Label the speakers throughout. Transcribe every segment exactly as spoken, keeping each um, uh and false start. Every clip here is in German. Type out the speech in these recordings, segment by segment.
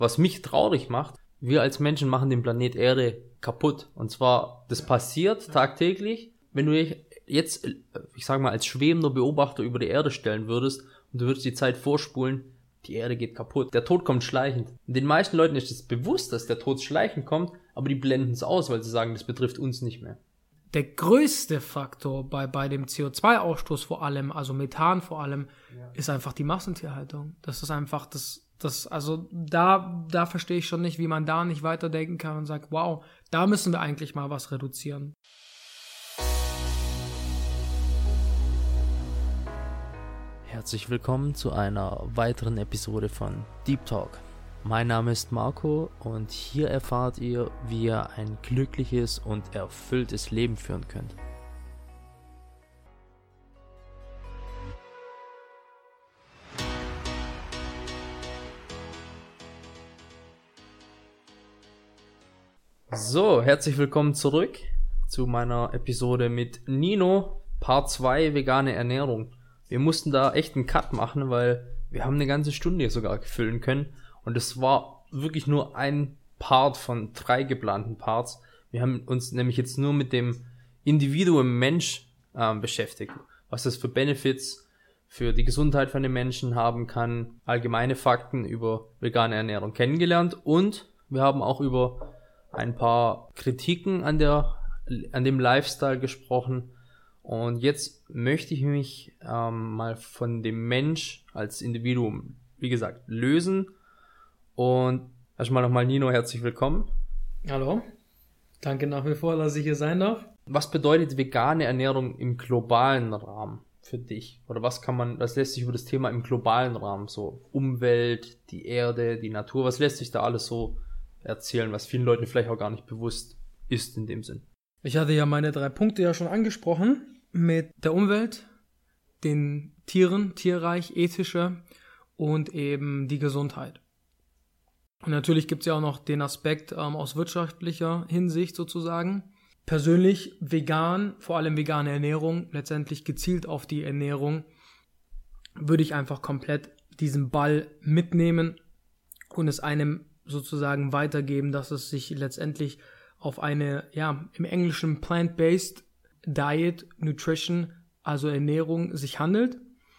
Speaker 1: Was mich traurig macht, wir als Menschen machen den Planet Erde kaputt. Und zwar, das passiert tagtäglich, wenn du dich jetzt, ich sag mal, als schwebender Beobachter über die Erde stellen würdest und du würdest die Zeit vorspulen, die Erde geht kaputt. Der Tod kommt schleichend. Und den meisten Leuten ist es bewusst, dass der Tod schleichend kommt, aber die blenden es aus, weil sie sagen, das betrifft uns nicht mehr.
Speaker 2: Der größte Faktor bei, bei dem C O zwei Ausstoß vor allem, also Methan vor allem, ja. ist einfach die Massentierhaltung. Das ist einfach das, das also da, da verstehe ich schon nicht, wie man da nicht weiterdenken kann und sagt, wow, da müssen wir eigentlich mal was reduzieren.
Speaker 1: Herzlich willkommen zu einer weiteren Episode von Deep Talk. Mein Name ist Marco und hier erfahrt ihr, wie ihr ein glückliches und erfülltes Leben führen könnt. So, herzlich willkommen zurück zu meiner Episode mit Nino, Part zwei, vegane Ernährung. Wir mussten da echt einen Cut machen, weil wir haben eine ganze Stunde sogar füllen können. Und es war wirklich nur ein Part von drei geplanten Parts. Wir haben uns nämlich jetzt nur mit dem Individuum Mensch äh, beschäftigt. Was das für Benefits für die Gesundheit von den Menschen haben kann. Allgemeine Fakten über vegane Ernährung kennengelernt. Und wir haben auch über ein paar Kritiken an der, an dem Lifestyle gesprochen. Und jetzt möchte ich mich ähm, mal von dem Mensch als Individuum, wie gesagt, lösen. Und erstmal nochmal Nino, herzlich willkommen.
Speaker 2: Hallo, danke nach wie vor, dass ich hier sein darf.
Speaker 1: Was bedeutet vegane Ernährung im globalen Rahmen für dich? Oder was kann man, was lässt sich über das Thema im globalen Rahmen, so Umwelt, die Erde, die Natur, was lässt sich da alles so erzählen, was vielen Leuten vielleicht auch gar nicht bewusst ist in dem Sinn?
Speaker 2: Ich hatte ja meine drei Punkte ja schon angesprochen mit der Umwelt, den Tieren, Tierreich, ethische und eben die Gesundheit. Und natürlich gibt es ja auch noch den Aspekt ähm, aus wirtschaftlicher Hinsicht sozusagen. Persönlich vegan, vor allem vegane Ernährung, letztendlich gezielt auf die Ernährung, würde ich einfach komplett diesen Ball mitnehmen und es einem sozusagen weitergeben, dass es sich letztendlich auf eine, ja, im Englischen Plant-Based Diet, Nutrition, also Ernährung sich handelt.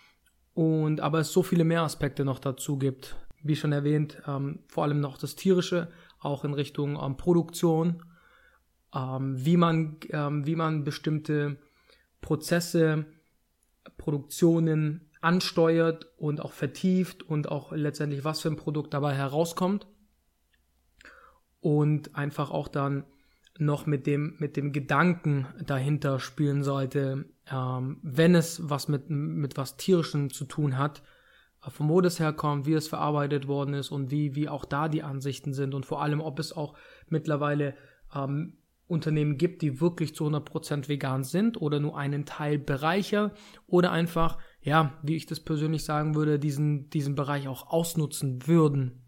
Speaker 2: Und aber es so viele mehr Aspekte noch dazu gibt. Wie schon erwähnt, ähm, vor allem noch das Tierische, auch in Richtung ähm, Produktion, ähm, wie man, ähm, wie man bestimmte Prozesse, Produktionen ansteuert und auch vertieft und auch letztendlich was für ein Produkt dabei herauskommt. Und einfach auch dann noch mit dem, mit dem Gedanken dahinter spielen sollte, ähm, wenn es was mit, mit was Tierischem zu tun hat, von wo das herkommt, wie es verarbeitet worden ist und wie, wie auch da die Ansichten sind und vor allem, ob es auch mittlerweile ähm, Unternehmen gibt, die wirklich zu hundert Prozent vegan sind oder nur einen Teil bereichern oder einfach, ja, wie ich das persönlich sagen würde, diesen, diesen Bereich auch ausnutzen würden.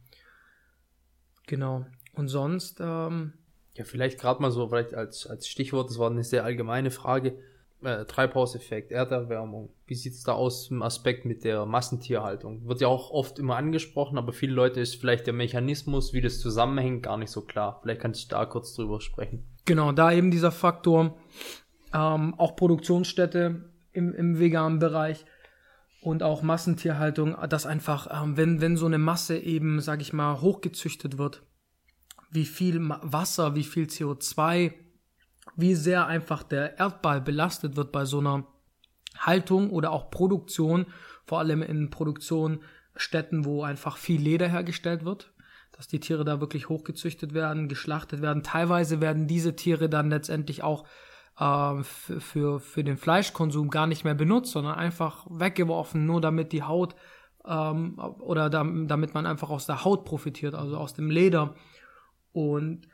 Speaker 2: Genau. Und sonst, ähm,
Speaker 1: ja, vielleicht gerade mal so, vielleicht als, als Stichwort, das war eine sehr allgemeine Frage, äh, Treibhauseffekt, Erderwärmung. Wie sieht's da aus im Aspekt mit der Massentierhaltung? Wird ja auch oft immer angesprochen, aber viele Leute ist vielleicht der Mechanismus, wie das zusammenhängt, gar nicht so klar. Vielleicht kannst du da kurz drüber sprechen.
Speaker 2: Genau, da eben dieser Faktor, ähm, auch Produktionsstätte im, im veganen Bereich und auch Massentierhaltung, dass einfach, ähm, wenn, wenn so eine Masse eben, sag ich mal, hochgezüchtet wird, wie viel Wasser, wie viel C O zwei, wie sehr einfach der Erdball belastet wird bei so einer Haltung oder auch Produktion, vor allem in Produktionsstätten, wo einfach viel Leder hergestellt wird, dass die Tiere da wirklich hochgezüchtet werden, geschlachtet werden. Teilweise werden diese Tiere dann letztendlich auch äh, für, für, für den Fleischkonsum gar nicht mehr benutzt, sondern einfach weggeworfen, nur damit die Haut ähm, oder da, damit man einfach aus der Haut profitiert, also aus dem Leder. Und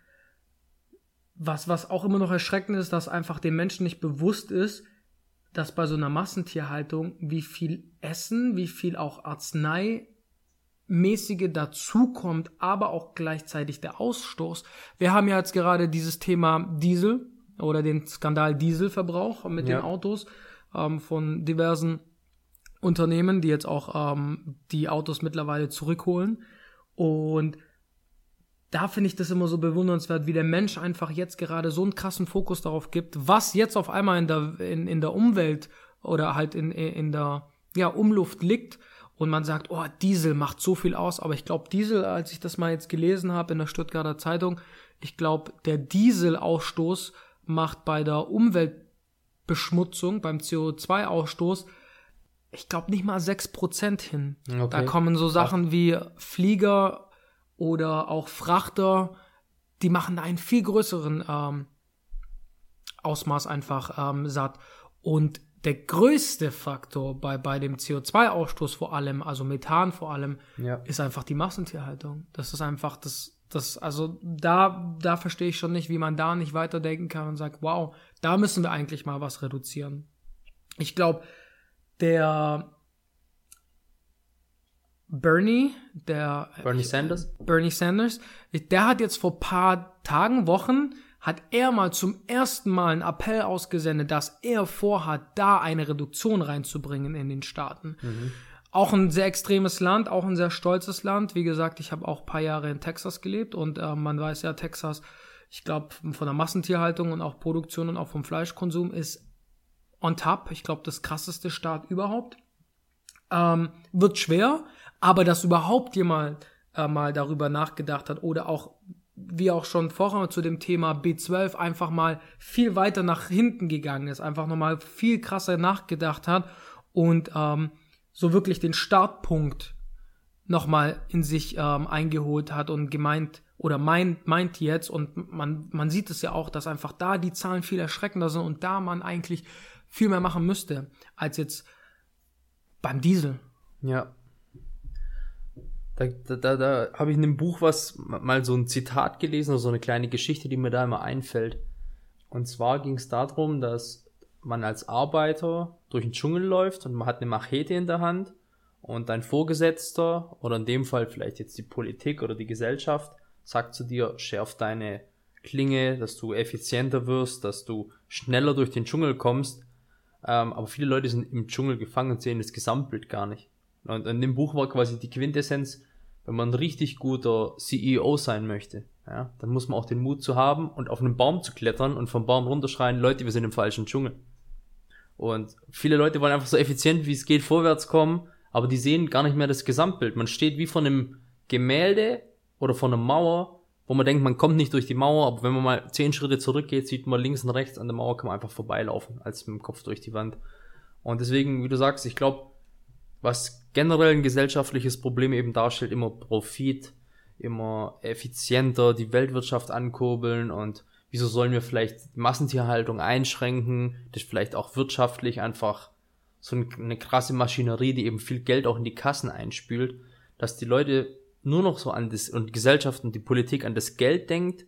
Speaker 2: was, was auch immer noch erschreckend ist, dass einfach den Menschen nicht bewusst ist, dass bei so einer Massentierhaltung wie viel Essen, wie viel auch Arzneimäßige dazukommt, aber auch gleichzeitig der Ausstoß. Wir haben ja jetzt gerade dieses Thema Diesel oder den Skandal Dieselverbrauch mit ja. den Autos ähm, von diversen Unternehmen, die jetzt auch ähm, die Autos mittlerweile zurückholen. Und da finde ich das immer so bewundernswert, wie der Mensch einfach jetzt gerade so einen krassen Fokus darauf gibt, was jetzt auf einmal in der, in, in der Umwelt oder halt in, in der ja, Umluft liegt und man sagt, oh, Diesel macht so viel aus, aber ich glaube, Diesel, als ich das mal jetzt gelesen habe in der Stuttgarter Zeitung, ich glaube, der Dieselausstoß macht bei der Umweltbeschmutzung, beim C O zwei Ausstoß, ich glaube nicht mal sechs Prozent hin. Okay. Da kommen so Sachen wie Flieger oder auch Frachter, die machen da einen viel größeren ähm, Ausmaß einfach ähm, satt. Und der größte Faktor bei, bei dem C O zwei Ausstoß vor allem, also Methan vor allem, ja. ist einfach die Massentierhaltung. Das ist einfach das, das also da, da verstehe ich schon nicht, wie man da nicht weiterdenken kann und sagt, wow, da müssen wir eigentlich mal was reduzieren. Ich glaube, der Bernie, der
Speaker 1: Bernie Sanders?
Speaker 2: Bernie Sanders, der hat jetzt vor paar Tagen, Wochen, hat er mal zum ersten Mal einen Appell ausgesendet, dass er vorhat, da eine Reduktion reinzubringen in den Staaten. Mhm. Auch ein sehr extremes Land, auch ein sehr stolzes Land. Wie gesagt, ich habe auch ein paar Jahre in Texas gelebt und äh, man weiß ja, Texas, ich glaube, von der Massentierhaltung und auch Produktion und auch vom Fleischkonsum ist on top. Ich glaube, das krasseste Staat überhaupt. Ähm, wird schwer, aber dass überhaupt jemand äh, mal darüber nachgedacht hat oder auch, wie auch schon vorher zu dem Thema B zwölf, einfach mal viel weiter nach hinten gegangen ist, einfach nochmal viel krasser nachgedacht hat und ähm, so wirklich den Startpunkt nochmal in sich ähm, eingeholt hat und gemeint oder meint, meint jetzt und man, man sieht es ja auch, dass einfach da die Zahlen viel erschreckender sind und da man eigentlich viel mehr machen müsste, als jetzt beim Diesel.
Speaker 1: Ja. Da, da, da, da habe ich in dem Buch was, mal so ein Zitat gelesen, oder so eine kleine Geschichte, die mir da immer einfällt. Und zwar ging es darum, dass man als Arbeiter durch den Dschungel läuft und man hat eine Machete in der Hand und dein Vorgesetzter, oder in dem Fall vielleicht jetzt die Politik oder die Gesellschaft, sagt zu dir, schärf deine Klinge, dass du effizienter wirst, dass du schneller durch den Dschungel kommst. Ähm, aber viele Leute sind im Dschungel gefangen und sehen das Gesamtbild gar nicht. Und in dem Buch war quasi die Quintessenz, wenn man ein richtig guter C E O sein möchte, ja, dann muss man auch den Mut zu haben und auf einen Baum zu klettern und vom Baum runterschreien, Leute, wir sind im falschen Dschungel. Und viele Leute wollen einfach so effizient wie es geht vorwärts kommen, aber die sehen gar nicht mehr das Gesamtbild. Man steht wie vor einem Gemälde oder vor einer Mauer, wo man denkt, man kommt nicht durch die Mauer, aber wenn man mal zehn Schritte zurückgeht, sieht man links und rechts an der Mauer, kann man einfach vorbeilaufen, als mit dem Kopf durch die Wand. Und deswegen, wie du sagst, ich glaube, was generell ein gesellschaftliches Problem eben darstellt, immer Profit, immer effizienter die Weltwirtschaft ankurbeln und wieso sollen wir vielleicht Massentierhaltung einschränken, das ist vielleicht auch wirtschaftlich einfach so eine krasse Maschinerie, die eben viel Geld auch in die Kassen einspült, dass die Leute nur noch so an das und Gesellschaft und die Politik an das Geld denkt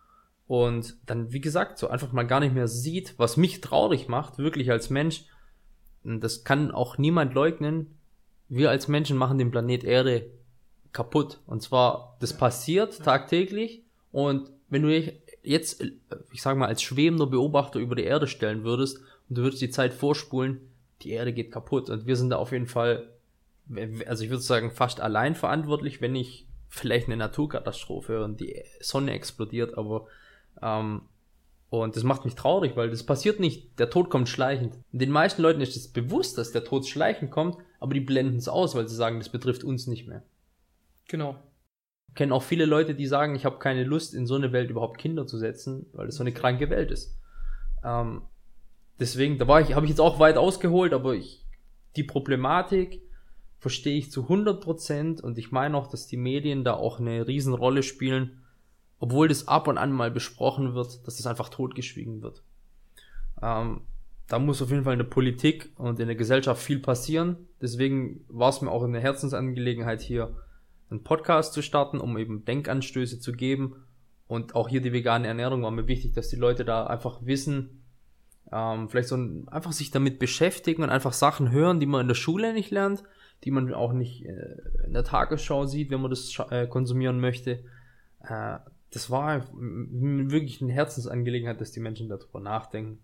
Speaker 1: und dann, wie gesagt, so einfach mal gar nicht mehr sieht, was mich traurig macht, wirklich als Mensch, und das kann auch niemand leugnen, wir als Menschen machen den Planet Erde kaputt. Und zwar, das passiert tagtäglich. Und wenn du dich jetzt, ich sag mal, als schwebender Beobachter über die Erde stellen würdest und du würdest die Zeit vorspulen, die Erde geht kaputt. Und wir sind da auf jeden Fall, also ich würde sagen, fast allein verantwortlich, wenn nicht vielleicht eine Naturkatastrophe und die Sonne explodiert. Aber ähm, und das macht mich traurig, weil das passiert nicht, der Tod kommt schleichend. Und den meisten Leuten ist es bewusst, dass der Tod schleichend kommt, aber die blenden es aus, weil sie sagen, das betrifft uns nicht mehr.
Speaker 2: Genau.
Speaker 1: Ich kenne auch viele Leute, die sagen, ich habe keine Lust, in so eine Welt überhaupt Kinder zu setzen, weil das so eine kranke Welt ist. Ähm, deswegen, da war ich, habe ich jetzt auch weit ausgeholt, aber ich, die Problematik verstehe ich zu hundert Prozent und ich meine auch, dass die Medien da auch eine Riesenrolle spielen, obwohl das ab und an mal besprochen wird, dass das einfach totgeschwiegen wird. Ähm, da muss auf jeden Fall in der Politik und in der Gesellschaft viel passieren. Deswegen war es mir auch eine Herzensangelegenheit, hier einen Podcast zu starten, um eben Denkanstöße zu geben. Und auch hier die vegane Ernährung war mir wichtig, dass die Leute da einfach wissen, ähm, vielleicht so ein, einfach sich damit beschäftigen und einfach Sachen hören, die man in der Schule nicht lernt, die man auch nicht äh, in der Tagesschau sieht, wenn man das äh, konsumieren möchte. Äh, Das war wirklich eine Herzensangelegenheit, dass die Menschen darüber nachdenken.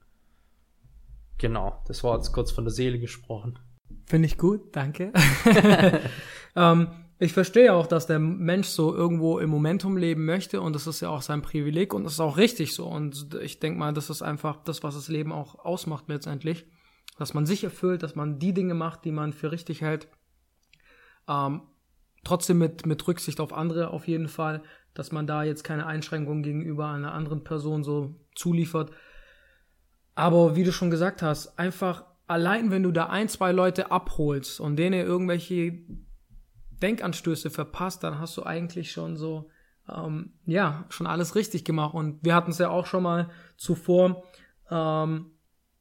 Speaker 1: Genau, das war jetzt kurz von der Seele gesprochen.
Speaker 2: Finde ich gut, danke. ähm, Ich verstehe auch, dass der Mensch so irgendwo im Momentum leben möchte und das ist ja auch sein Privileg und das ist auch richtig so. Und ich denke mal, das ist einfach das, was das Leben auch ausmacht letztendlich. Dass man sich erfüllt, dass man die Dinge macht, die man für richtig hält. Ähm, trotzdem mit, mit Rücksicht auf andere auf jeden Fall, dass man da jetzt keine Einschränkungen gegenüber einer anderen Person so zuliefert. Aber wie du schon gesagt hast, einfach allein, wenn du da ein, zwei Leute abholst und denen irgendwelche Denkanstöße verpasst, dann hast du eigentlich schon so, ähm, ja, schon alles richtig gemacht. Und wir hatten es ja auch schon mal zuvor, ähm,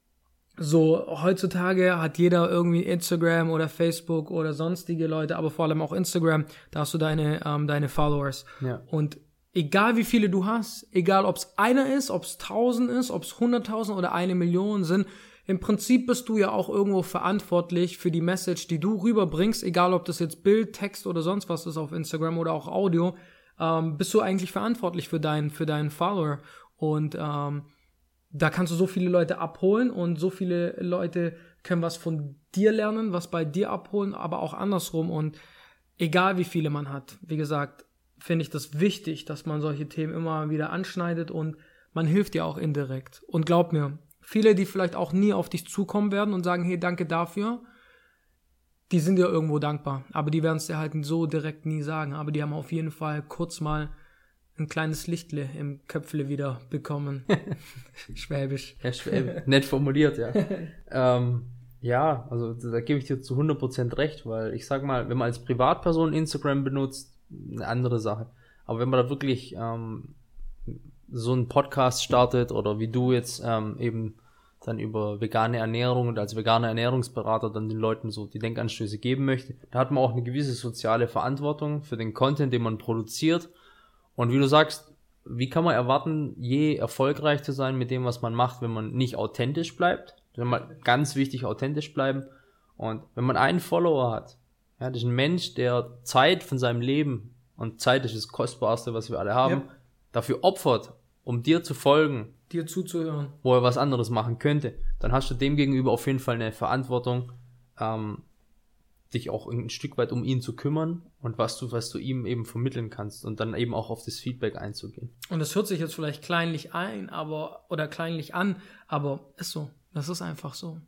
Speaker 2: so heutzutage hat jeder irgendwie Instagram oder Facebook oder sonstige Leute, aber vor allem auch Instagram, da hast du deine, ähm, deine Followers.
Speaker 1: Ja.
Speaker 2: Und egal wie viele du hast, egal ob es einer ist, ob es tausend ist, ob es hunderttausend oder eine Million sind, im Prinzip bist du ja auch irgendwo verantwortlich für die Message, die du rüberbringst, egal ob das jetzt Bild, Text oder sonst was ist auf Instagram oder auch Audio, ähm, bist du eigentlich verantwortlich für deinen, für deinen Follower. Und ähm, da kannst du so viele Leute abholen und so viele Leute können was von dir lernen, was bei dir abholen, aber auch andersrum. Und egal wie viele man hat, wie gesagt, finde ich das wichtig, dass man solche Themen immer wieder anschneidet und man hilft dir auch indirekt. Und glaub mir, viele, die vielleicht auch nie auf dich zukommen werden und sagen, hey, danke dafür, die sind dir irgendwo dankbar. Aber die werden es dir halt so direkt nie sagen. Aber die haben auf jeden Fall kurz mal ein kleines Lichtle im Köpfle wieder bekommen. Schwäbisch.
Speaker 1: Ja, Schwäbisch. Nett formuliert, ja. ähm, ja, also da gebe ich dir zu hundert Prozent recht, weil ich sag mal, wenn man als Privatperson Instagram benutzt, eine andere Sache. Aber wenn man da wirklich ähm, so einen Podcast startet oder wie du jetzt ähm, eben dann über vegane Ernährung und als veganer Ernährungsberater dann den Leuten so die Denkanstöße geben möchte, da hat man auch eine gewisse soziale Verantwortung für den Content, den man produziert. Und wie du sagst, wie kann man erwarten, je erfolgreich zu sein mit dem, was man macht, wenn man nicht authentisch bleibt? Das ist mal ganz wichtig, authentisch bleiben. Und wenn man einen Follower hat, ja, das ist ein Mensch, der Zeit von seinem Leben, und Zeit ist das Kostbarste, was wir alle haben, ja, dafür opfert, um dir zu folgen,
Speaker 2: dir zuzuhören,
Speaker 1: wo er was anderes machen könnte, dann hast du dem gegenüber auf jeden Fall eine Verantwortung, ähm, dich auch ein Stück weit um ihn zu kümmern und was du, was du ihm eben vermitteln kannst und dann eben auch auf das Feedback einzugehen.
Speaker 2: Und das hört sich jetzt vielleicht kleinlich ein, aber, oder kleinlich an, aber ist so. Das ist einfach so.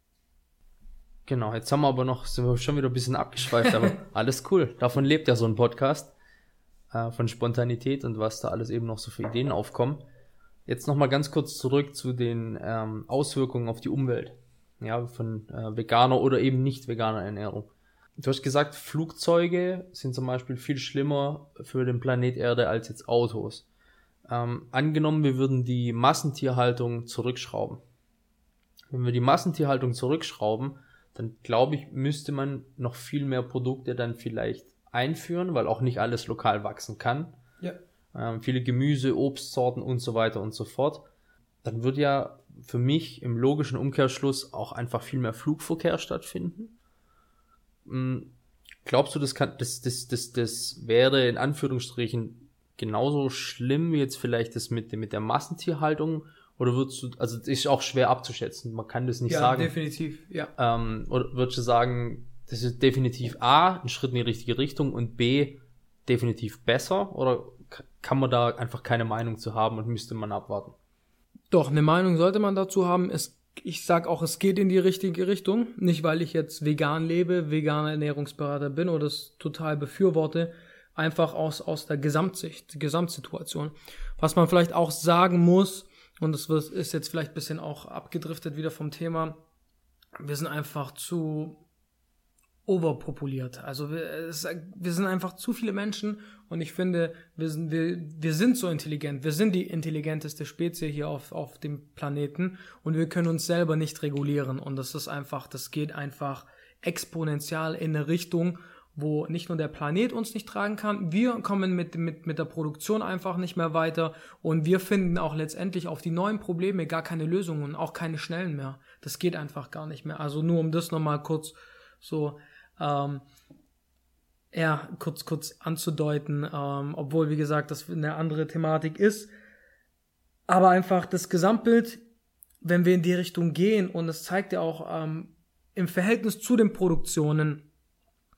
Speaker 1: Genau, jetzt haben wir aber noch, sind wir schon wieder ein bisschen abgeschweift, aber alles cool. Davon lebt ja so ein Podcast, äh, von Spontanität und was da alles eben noch so für Ideen aufkommen. Jetzt nochmal ganz kurz zurück zu den ähm, Auswirkungen auf die Umwelt. Ja, von äh, veganer oder eben nicht veganer Ernährung. Du hast gesagt, Flugzeuge sind zum Beispiel viel schlimmer für den Planet Erde als jetzt Autos. Ähm, angenommen, wir würden die Massentierhaltung zurückschrauben. Wenn wir die Massentierhaltung zurückschrauben, dann glaube ich, müsste man noch viel mehr Produkte dann vielleicht einführen, weil auch nicht alles lokal wachsen kann.
Speaker 2: Ja.
Speaker 1: Ähm, viele Gemüse, Obstsorten und so weiter und so fort. Dann wird ja für mich im logischen Umkehrschluss auch einfach viel mehr Flugverkehr stattfinden. Mhm. Glaubst du, das kann, das, das, das, das wäre in Anführungsstrichen genauso schlimm wie jetzt vielleicht das mit, mit der Massentierhaltung? Oder würdest du, also das ist auch schwer abzuschätzen, man kann das nicht
Speaker 2: ja,
Speaker 1: sagen.
Speaker 2: Ja, definitiv, ja.
Speaker 1: Ähm, oder würdest du sagen, das ist definitiv A, ein Schritt in die richtige Richtung und B, definitiv besser? Oder kann man da einfach keine Meinung zu haben und müsste man abwarten?
Speaker 2: Doch, eine Meinung sollte man dazu haben. Es, ich sag auch, es geht in die richtige Richtung. Nicht, weil ich jetzt vegan lebe, veganer Ernährungsberater bin oder das total befürworte. Einfach aus, aus der Gesamtsicht, Gesamtsituation. Was man vielleicht auch sagen muss, und das ist jetzt vielleicht ein bisschen auch abgedriftet wieder vom Thema, wir sind einfach zu overpopuliert. Also wir, es, wir sind einfach zu viele Menschen und ich finde, wir sind, wir, wir sind so intelligent. Wir sind die intelligenteste Spezies hier auf, auf dem Planeten und wir können uns selber nicht regulieren. Und das ist einfach, das geht einfach exponentiell in eine Richtung, wo nicht nur der Planet uns nicht tragen kann, wir kommen mit, mit, mit der Produktion einfach nicht mehr weiter und wir finden auch letztendlich auf die neuen Probleme gar keine Lösungen, auch keine schnellen mehr. Das geht einfach gar nicht mehr. Also nur um das nochmal kurz so ähm, ja, kurz, kurz anzudeuten, ähm, obwohl, wie gesagt, das eine andere Thematik ist. Aber einfach das Gesamtbild, wenn wir in die Richtung gehen und es zeigt ja auch ähm, im Verhältnis zu den Produktionen,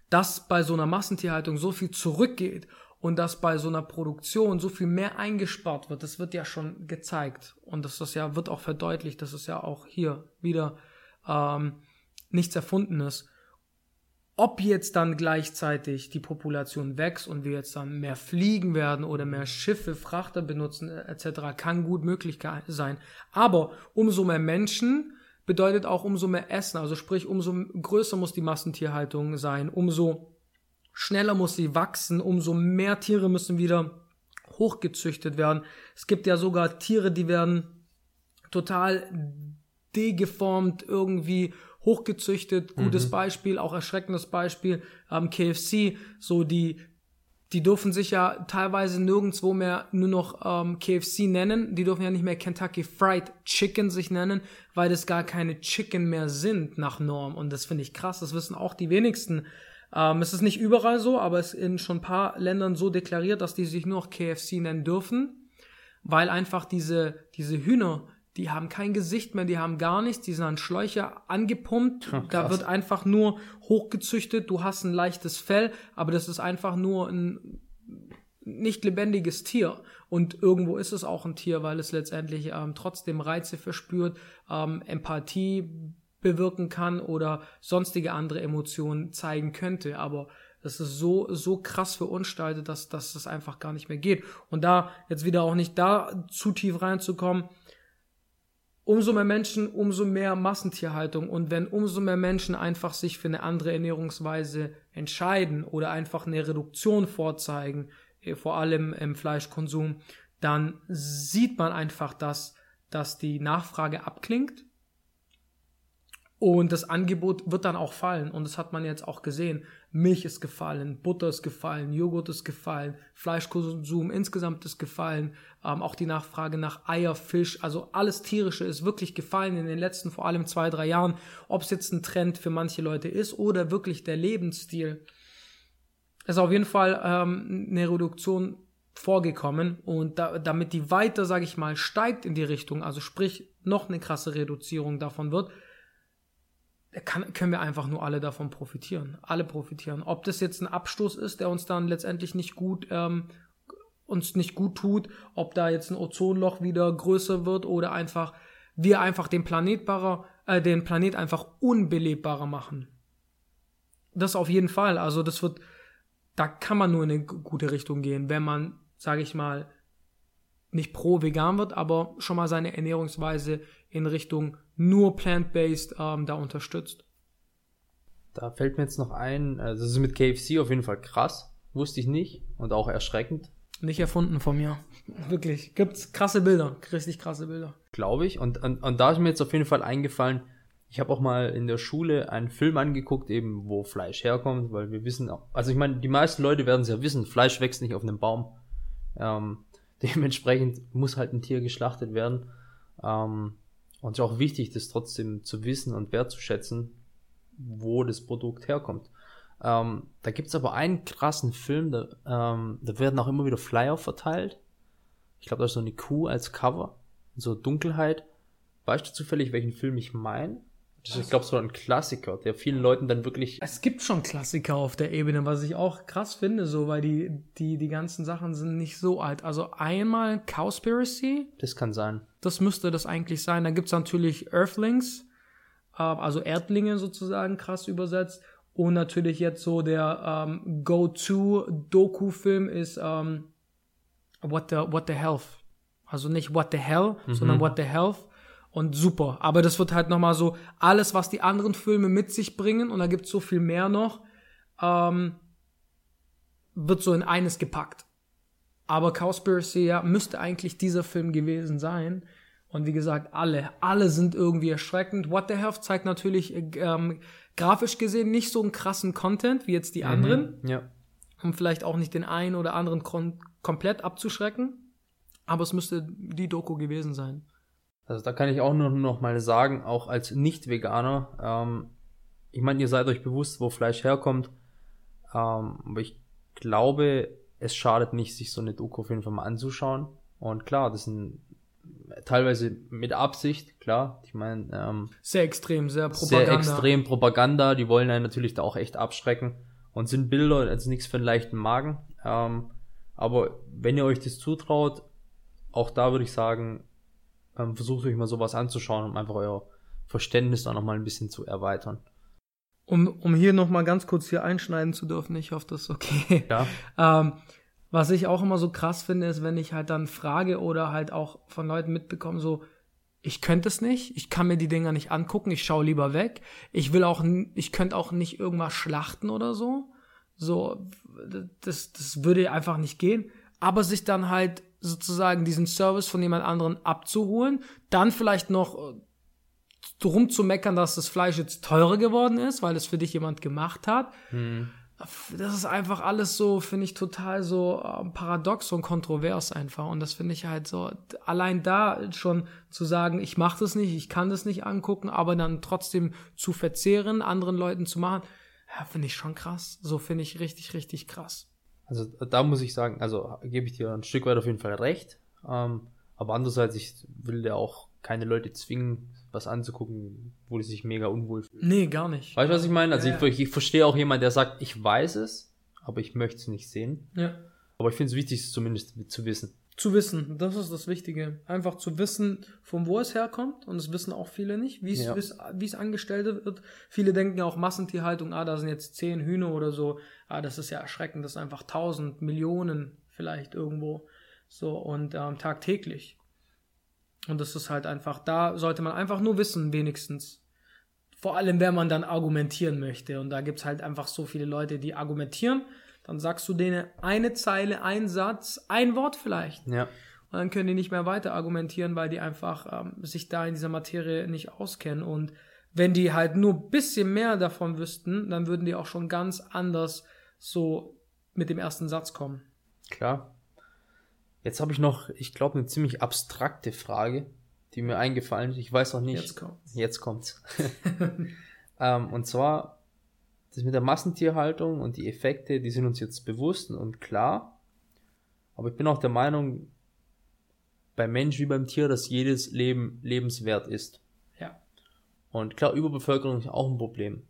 Speaker 2: dass bei so einer Massentierhaltung so viel zurückgeht und dass bei so einer Produktion so viel mehr eingespart wird, das wird ja schon gezeigt. Und das ist ja, wird auch verdeutlicht, dass es ja auch hier wieder ähm, nichts Erfundenes. Ob jetzt dann gleichzeitig die Population wächst und wir jetzt dann mehr fliegen werden oder mehr Schiffe, Frachter benutzen et cetera, kann gut möglich sein. Aber umso mehr Menschen bedeutet auch umso mehr Essen. Also sprich, umso größer muss die Massentierhaltung sein, umso schneller muss sie wachsen, umso mehr Tiere müssen wieder hochgezüchtet werden. Es gibt ja sogar Tiere, die werden total degeformt irgendwie hochgezüchtet. Gutes mhm. Beispiel, auch erschreckendes Beispiel, ähm, K F C, so die die dürfen sich ja teilweise nirgendwo mehr nur noch ähm, K F C nennen, die dürfen ja nicht mehr Kentucky Fried Chicken sich nennen, weil das gar keine Chicken mehr sind nach Norm, und das finde ich krass, das wissen auch die wenigsten. Ähm, es ist nicht überall so, aber es ist in schon ein paar Ländern so deklariert, dass die sich nur noch K F C nennen dürfen, weil einfach diese diese Hühner, die haben kein Gesicht mehr, die haben gar nichts, die sind an Schläuche angepumpt, oh, da wird einfach nur hochgezüchtet, du hast ein leichtes Fell, aber das ist einfach nur ein nicht lebendiges Tier, und irgendwo ist es auch ein Tier, weil es letztendlich ähm, trotzdem Reize verspürt, ähm, Empathie bewirken kann oder sonstige andere Emotionen zeigen könnte, aber das ist so so krass verunstaltet, dass, dass das einfach gar nicht mehr geht. Und da jetzt wieder auch nicht da zu tief reinzukommen, umso mehr Menschen, umso mehr Massentierhaltung. Und wenn umso mehr Menschen einfach sich für eine andere Ernährungsweise entscheiden oder einfach eine Reduktion vorzeigen, vor allem im Fleischkonsum, dann sieht man einfach, dass, dass die Nachfrage abklingt und das Angebot wird dann auch fallen. Und das hat man jetzt auch gesehen. Milch ist gefallen, Butter ist gefallen, Joghurt ist gefallen, Fleischkonsum insgesamt ist gefallen, ähm, auch die Nachfrage nach Eier, Fisch, also alles Tierische ist wirklich gefallen in den letzten vor allem zwei, drei Jahren. Ob es jetzt ein Trend für manche Leute ist oder wirklich der Lebensstil, ist auf jeden Fall ähm, eine Reduktion vorgekommen, und da, damit die weiter, sage ich mal, steigt in die Richtung, also sprich noch eine krasse Reduzierung davon wird, Kann, können wir einfach nur alle davon profitieren. Alle profitieren. Ob das jetzt ein Abstoß ist, der uns dann letztendlich nicht gut, ähm, uns nicht gut tut, ob da jetzt ein Ozonloch wieder größer wird oder einfach, wir einfach den Planetbarer, äh, den Planet einfach unbelebbarer machen. Das auf jeden Fall. Also das wird, da kann man nur in eine gute Richtung gehen, wenn man, sage ich mal, nicht pro vegan wird, aber schon mal seine Ernährungsweise in Richtung nur plant-based ähm, da unterstützt.
Speaker 1: Da fällt mir jetzt noch ein, also das ist mit K F C auf jeden Fall krass, wusste ich nicht, und auch erschreckend.
Speaker 2: Nicht erfunden von mir, wirklich. Gibt's krasse Bilder, richtig krasse Bilder.
Speaker 1: Glaube ich, und, und, und da ist mir jetzt auf jeden Fall eingefallen, ich habe auch mal in der Schule einen Film angeguckt, eben wo Fleisch herkommt, weil wir wissen, also ich meine, die meisten Leute werden es ja wissen, Fleisch wächst nicht auf einem Baum. Ähm, dementsprechend muss halt ein Tier geschlachtet werden. Ähm, und es ist auch wichtig, das trotzdem zu wissen und wertzuschätzen, wo das Produkt herkommt. Ähm, da gibt's aber einen krassen Film, da, ähm, da werden auch immer wieder Flyer verteilt. Ich glaube, da ist so eine Kuh als Cover, so Dunkelheit. Weißt du zufällig, welchen Film ich meine? Das ist, ich glaube, so ein Klassiker, der vielen Leuten dann wirklich...
Speaker 2: Es gibt schon Klassiker auf der Ebene, was ich auch krass finde, so, weil die, die, die ganzen Sachen sind nicht so alt. Also einmal Cowspiracy.
Speaker 1: Das kann sein.
Speaker 2: Das müsste das eigentlich sein. Dann gibt's natürlich Earthlings, äh, also Erdlinge sozusagen, krass übersetzt. Und natürlich jetzt so der ähm, Go-To-Doku-Film ist ähm, What the, What the Health. Also nicht What the Hell, mhm. sondern What the Health. Und super, aber das wird halt nochmal so, alles, was die anderen Filme mit sich bringen, und da gibt's so viel mehr noch, ähm, wird so in eines gepackt. Aber Cowspiracy, ja, müsste eigentlich dieser Film gewesen sein. Und wie gesagt, alle, alle sind irgendwie erschreckend. What the Health zeigt natürlich ähm, grafisch gesehen nicht so einen krassen Content wie jetzt die mhm, anderen.
Speaker 1: Ja.
Speaker 2: Um vielleicht auch nicht den einen oder anderen kon- komplett abzuschrecken. Aber es müsste die Doku gewesen sein.
Speaker 1: Also da kann ich auch nur noch mal sagen, auch als Nicht-Veganer, ähm, ich meine, ihr seid euch bewusst, wo Fleisch herkommt, ähm, aber ich glaube, es schadet nicht, sich so eine Doku auf jeden Fall mal anzuschauen. Und klar, das sind teilweise mit Absicht, klar, ich meine, ähm,
Speaker 2: sehr extrem, sehr Propaganda.
Speaker 1: Sehr extrem Propaganda, die wollen einen natürlich da auch echt abschrecken. und sind Bilder, also nichts für einen leichten Magen. Ähm, aber wenn ihr euch das zutraut, auch da würde ich sagen, ähm, versucht euch mal sowas anzuschauen, um einfach euer Verständnis da nochmal ein bisschen zu erweitern.
Speaker 2: Um, um hier nochmal ganz kurz hier einschneiden zu dürfen, ich hoffe, das ist okay.
Speaker 1: Ja.
Speaker 2: ähm, was ich auch immer so krass finde, ist, wenn ich halt dann frage oder halt auch von Leuten mitbekomme, so, ich könnte es nicht, ich kann mir die Dinger nicht angucken, ich schaue lieber weg. Ich will auch, ich könnte auch nicht irgendwas schlachten oder so. So, das, das würde einfach nicht gehen. Aber sich dann halt sozusagen diesen Service von jemand anderen abzuholen, dann vielleicht noch drum zu meckern, dass das Fleisch jetzt teurer geworden ist, weil es für dich jemand gemacht hat. Hm. Das ist einfach alles so, finde ich, total so äh, paradox und kontrovers einfach. Und das finde ich halt so, allein da schon zu sagen, ich mache das nicht, ich kann das nicht angucken, aber dann trotzdem zu verzehren, anderen Leuten zu machen, ja, finde ich schon krass. So finde ich richtig, richtig krass.
Speaker 1: Also da muss ich sagen, also gebe ich dir ein Stück weit auf jeden Fall recht. Ähm, aber andererseits, ich will ja auch keine Leute zwingen, was anzugucken, wo die sich mega unwohl fühlen.
Speaker 2: Nee, gar nicht.
Speaker 1: Weißt du, was ich meine? Also
Speaker 2: ja,
Speaker 1: ich, ich verstehe auch jemanden, der sagt, ich weiß es, aber ich möchte es nicht sehen.
Speaker 2: Ja.
Speaker 1: Aber ich finde es wichtig, es zumindest zu wissen.
Speaker 2: Zu wissen, das ist das Wichtige. Einfach zu wissen, von wo es herkommt. Und das wissen auch viele nicht, wie es, ja. wie es angestellt wird. Viele denken ja auch Massentierhaltung, ah, da sind jetzt zehn Hühner oder so. Ah, das ist ja erschreckend, das sind einfach tausend, Millionen vielleicht irgendwo. So, und ähm, tagtäglich. Und das ist halt einfach, da sollte man einfach nur wissen, wenigstens. Vor allem, wenn man dann argumentieren möchte. Und da gibt's halt einfach so viele Leute, die argumentieren. Dann sagst du denen eine Zeile, ein Satz, ein Wort vielleicht.
Speaker 1: Ja.
Speaker 2: Und dann können die nicht mehr weiter argumentieren, weil die einfach ähm, sich da in dieser Materie nicht auskennen. Und wenn die halt nur ein bisschen mehr davon wüssten, dann würden die auch schon ganz anders so mit dem ersten Satz kommen.
Speaker 1: Klar. Jetzt habe ich noch, ich glaube, eine ziemlich abstrakte Frage, die mir eingefallen ist. Ich weiß auch nicht.
Speaker 2: Jetzt kommt's.
Speaker 1: Jetzt kommt's. ähm, und zwar, das mit der Massentierhaltung und die Effekte, die sind uns jetzt bewusst und klar. Aber ich bin auch der Meinung, beim Mensch wie beim Tier, dass jedes Leben lebenswert ist.
Speaker 2: Ja.
Speaker 1: Und klar, Überbevölkerung ist auch ein Problem.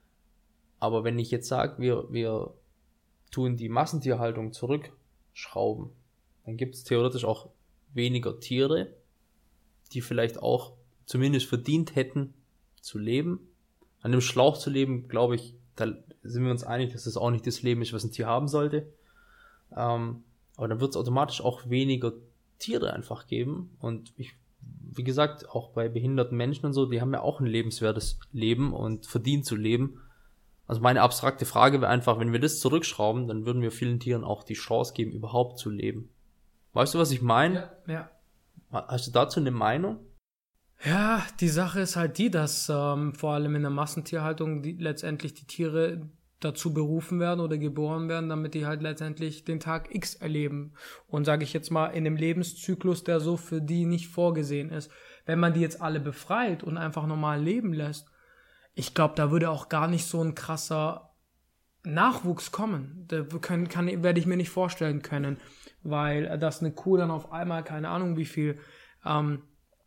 Speaker 1: Aber wenn ich jetzt sage, wir, wir tun die Massentierhaltung zurückschrauben, dann gibt es theoretisch auch weniger Tiere, die vielleicht auch zumindest verdient hätten zu leben. An dem Schlauch zu leben, glaube ich, da sind wir uns einig, dass das auch nicht das Leben ist, was ein Tier haben sollte. Ähm, aber dann wird es automatisch auch weniger Tiere einfach geben. Und ich, wie gesagt, auch bei behinderten Menschen und so, die haben ja auch ein lebenswertes Leben und verdient zu leben. Also meine abstrakte Frage wäre einfach, wenn wir das zurückschrauben, dann würden wir vielen Tieren auch die Chance geben, überhaupt zu leben. Weißt du, was ich meine?
Speaker 2: Ja, ja.
Speaker 1: Hast du dazu eine Meinung?
Speaker 2: Ja, die Sache ist halt die, dass ähm, vor allem in der Massentierhaltung die, letztendlich die Tiere dazu berufen werden oder geboren werden, damit die halt letztendlich den Tag X erleben. Und sage ich jetzt mal, in dem Lebenszyklus, der so für die nicht vorgesehen ist. Wenn man die jetzt alle befreit und einfach normal leben lässt, ich glaube, da würde auch gar nicht so ein krasser Nachwuchs kommen. Da können, kann, werde ich mir nicht vorstellen können, weil dass eine Kuh dann auf einmal, keine Ahnung wie viel, ähm,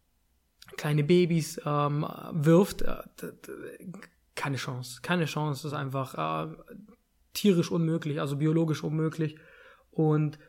Speaker 2: kleine Babys ähm, wirft, äh, d- d- keine Chance. Keine Chance. Das ist einfach äh, tierisch unmöglich, also biologisch unmöglich. Und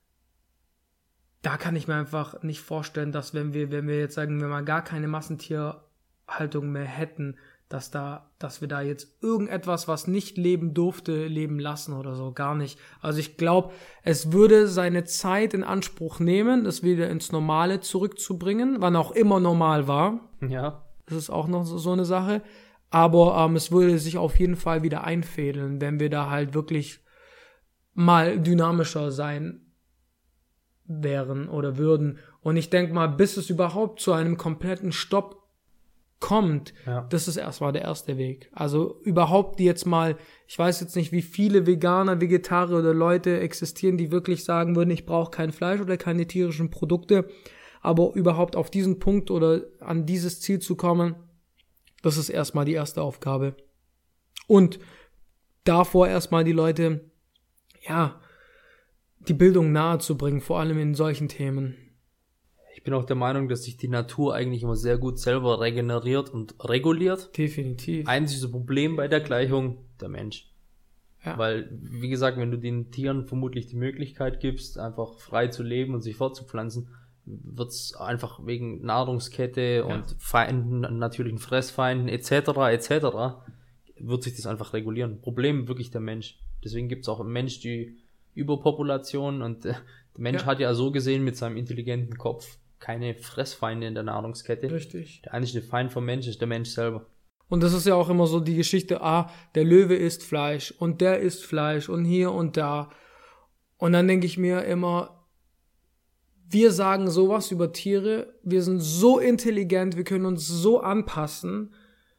Speaker 2: da kann ich mir einfach nicht vorstellen, dass wenn wir, wenn wir jetzt sagen, wenn wir gar keine Massentierhaltung mehr hätten, dass da, dass wir da jetzt irgendetwas, was nicht leben durfte, leben lassen oder so, gar nicht. Also ich glaube, es würde seine Zeit in Anspruch nehmen, das wieder ins Normale zurückzubringen, wann auch immer normal war.
Speaker 1: Ja.
Speaker 2: Das ist auch noch so, so eine Sache. Aber ähm, es würde sich auf jeden Fall wieder einfädeln, wenn wir da halt wirklich mal dynamischer sein wären oder würden. Und ich denke mal, bis es überhaupt zu einem kompletten Stopp kommt,
Speaker 1: Ja.
Speaker 2: das ist erstmal der erste Weg. Also überhaupt jetzt mal, ich weiß jetzt nicht, wie viele Veganer, Vegetarier oder Leute existieren, die wirklich sagen würden, ich brauche kein Fleisch oder keine tierischen Produkte, aber überhaupt auf diesen Punkt oder an dieses Ziel zu kommen, das ist erstmal die erste Aufgabe. Und davor erstmal die Leute, ja, die Bildung nahe zu bringen, vor allem in solchen Themen.
Speaker 1: Ich bin auch der Meinung, dass sich die Natur eigentlich immer sehr gut selber regeneriert und reguliert.
Speaker 2: Definitiv.
Speaker 1: Einziges Problem bei der Gleichung, der Mensch.
Speaker 2: Ja.
Speaker 1: Weil, wie gesagt, wenn du den Tieren vermutlich die Möglichkeit gibst, einfach frei zu leben und sich fortzupflanzen, wird es einfach wegen Nahrungskette und
Speaker 2: Ja.
Speaker 1: Feinden, natürlichen Fressfeinden et cetera et cetera wird sich das einfach regulieren. Problem wirklich der Mensch. Deswegen gibt es auch im Mensch die Überpopulation und äh, der Mensch
Speaker 2: Ja.
Speaker 1: hat ja so gesehen mit seinem intelligenten Kopf keine Fressfeinde in der Nahrungskette.
Speaker 2: Richtig.
Speaker 1: Der einzige Feind vom Mensch ist der Mensch selber.
Speaker 2: Und das ist ja auch immer so die Geschichte, ah, der Löwe isst Fleisch und der isst Fleisch und hier und da. Und dann denke ich mir immer, wir sagen sowas über Tiere, wir sind so intelligent, wir können uns so anpassen.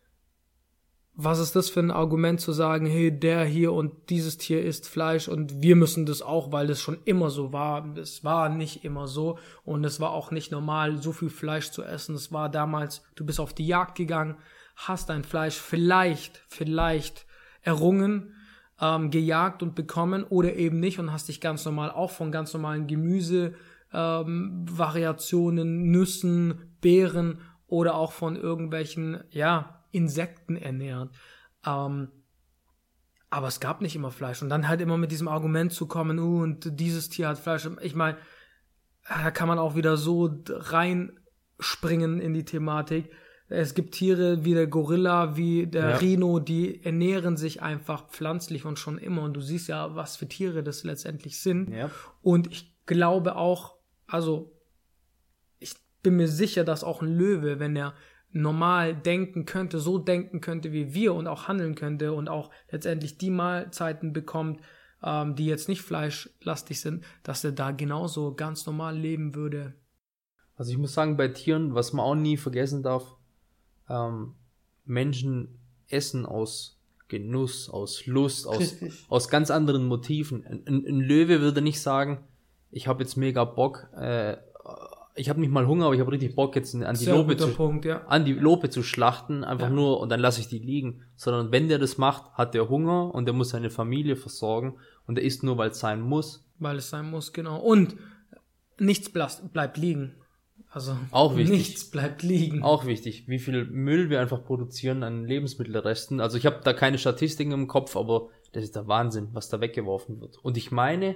Speaker 2: Was ist das für ein Argument zu sagen, hey, der hier und dieses Tier isst Fleisch und wir müssen das auch, weil das schon immer so war. Es war nicht immer so und es war auch nicht normal, so viel Fleisch zu essen. Es war damals, du bist auf die Jagd gegangen, hast dein Fleisch vielleicht, vielleicht errungen, ähm, gejagt und bekommen oder eben nicht und hast dich ganz normal auch von ganz normalen Gemüse, ähm, Variationen, Nüssen, Beeren oder auch von irgendwelchen, ja, Insekten ernährt. Ähm, aber es gab nicht immer Fleisch. Und dann halt immer mit diesem Argument zu kommen, uh, und dieses Tier hat Fleisch. Ich meine, da kann man auch wieder so reinspringen in die Thematik. Es gibt Tiere wie der Gorilla, wie der
Speaker 1: Ja.
Speaker 2: Rhino, die ernähren sich einfach pflanzlich und schon immer. Und du siehst ja, was für Tiere das letztendlich sind.
Speaker 1: Ja.
Speaker 2: Und ich glaube auch, also ich bin mir sicher, dass auch ein Löwe, wenn er normal denken könnte, so denken könnte wie wir und auch handeln könnte und auch letztendlich die Mahlzeiten bekommt, ähm, die jetzt nicht fleischlastig sind, dass er da genauso ganz normal leben würde.
Speaker 1: Also ich muss sagen, bei Tieren, was man auch nie vergessen darf, ähm, Menschen essen aus Genuss, aus Lust, aus,
Speaker 2: Richtig.
Speaker 1: aus ganz anderen Motiven. Ein, ein, ein Löwe würde nicht sagen, ich habe jetzt mega Bock, äh, ich habe nicht mal Hunger, aber ich habe richtig Bock, jetzt eine
Speaker 2: Sehr
Speaker 1: Antilope
Speaker 2: guter
Speaker 1: zu,
Speaker 2: Punkt, ja.
Speaker 1: Antilope zu schlachten, einfach
Speaker 2: Ja.
Speaker 1: nur und dann lasse ich die liegen. Sondern wenn der das macht, hat der Hunger und der muss seine Familie versorgen und der isst nur, weil es sein muss.
Speaker 2: Weil es sein muss, genau. Und nichts blas- bleibt liegen. Also
Speaker 1: Auch wichtig.
Speaker 2: nichts bleibt liegen.
Speaker 1: Auch wichtig, wie viel Müll wir einfach produzieren an Lebensmittelresten. Also ich habe da keine Statistiken im Kopf, aber das ist der Wahnsinn, was da weggeworfen wird. Und ich meine,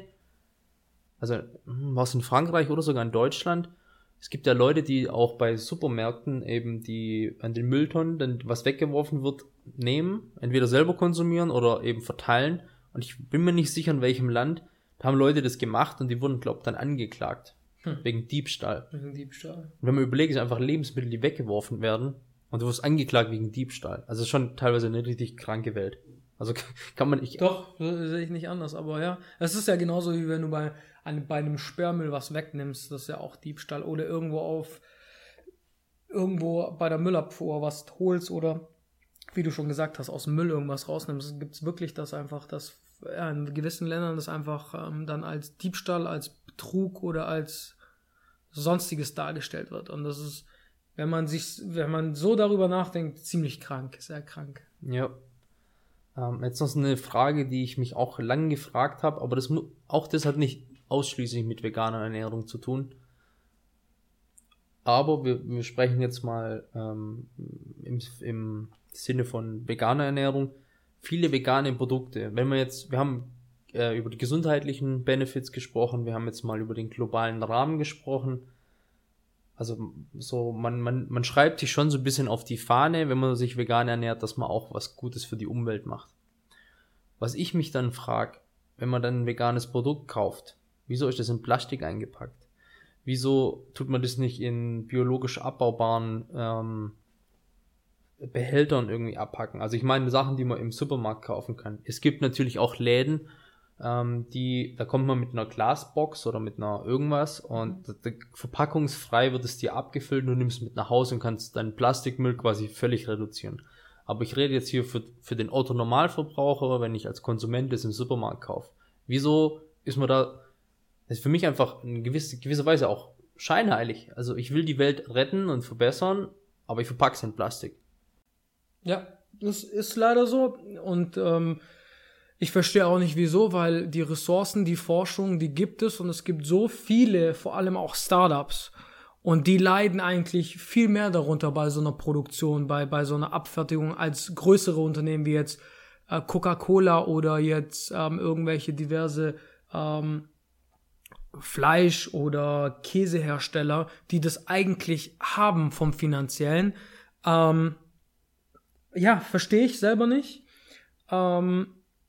Speaker 1: also war es in Frankreich oder sogar in Deutschland, es gibt ja Leute, die auch bei Supermärkten eben die an den Mülltonnen, dann was weggeworfen wird, nehmen, entweder selber konsumieren oder eben verteilen. Und ich bin mir nicht sicher, in welchem Land, da haben Leute das gemacht und die wurden, glaube ich, dann angeklagt.
Speaker 2: Hm.
Speaker 1: Wegen Diebstahl.
Speaker 2: Wegen Diebstahl.
Speaker 1: Und wenn man überlegt, es sind einfach Lebensmittel, die weggeworfen werden und du wirst angeklagt wegen Diebstahl. Also es ist schon teilweise eine richtig kranke Welt. Also kann man nicht...
Speaker 2: Doch, so sehe ich nicht anders, aber ja. Es ist ja genauso, wie wenn du bei, an, bei einem Sperrmüll was wegnimmst, das ist ja auch Diebstahl. Oder irgendwo auf, irgendwo bei der Müllabfuhr was holst oder, wie du schon gesagt hast, aus dem Müll irgendwas rausnimmst. Gibt es wirklich das einfach, dass ja, in gewissen Ländern das einfach ähm, dann als Diebstahl, als Betrug oder als Sonstiges dargestellt wird. Und das ist, wenn man sich, wenn man so darüber nachdenkt, ziemlich krank, sehr krank.
Speaker 1: Ja. Ähm, jetzt noch so eine Frage, die ich mich auch lange gefragt habe, aber das mu- auch das hat nicht ausschließlich mit veganer Ernährung zu tun. Aber wir, wir sprechen jetzt mal ähm, im, im Sinne von veganer Ernährung. Viele vegane Produkte. Wenn wir jetzt, wir haben äh, über die gesundheitlichen Benefits gesprochen, wir haben jetzt mal über den globalen Rahmen gesprochen. Also so, man, man, man schreibt sich schon so ein bisschen auf die Fahne, wenn man sich vegan ernährt, dass man auch was Gutes für die Umwelt macht. Was ich mich dann frage, wenn man dann ein veganes Produkt kauft, wieso ist das in Plastik eingepackt? Wieso tut man das nicht in biologisch abbaubaren ähm, Behältern irgendwie abpacken? Also ich meine Sachen, die man im Supermarkt kaufen kann. Es gibt natürlich auch Läden, ähm, die, da kommt man mit einer Glasbox oder mit einer irgendwas und mhm. verpackungsfrei wird es dir abgefüllt und du nimmst mit nach Hause und kannst deinen Plastikmüll quasi völlig reduzieren. Aber ich rede jetzt hier für, für den Otto-Normalverbraucher, wenn ich als Konsument das im Supermarkt kaufe. Wieso ist man da, das ist für mich einfach in gewisser, gewisser Weise auch scheinheilig. Also ich will die Welt retten und verbessern, aber ich verpacke es in Plastik.
Speaker 2: Ja, das ist leider so und ähm, ich verstehe auch nicht wieso, weil die Ressourcen, die Forschung, die gibt es und es gibt so viele, vor allem auch Startups und die leiden eigentlich viel mehr darunter bei so einer Produktion, bei, bei so einer Abfertigung als größere Unternehmen wie jetzt äh, Coca-Cola oder jetzt ähm, irgendwelche diverse ähm, Fleisch- oder Käsehersteller, die das eigentlich haben vom Finanziellen. Ähm, ja, verstehe ich selber nicht. Ähm,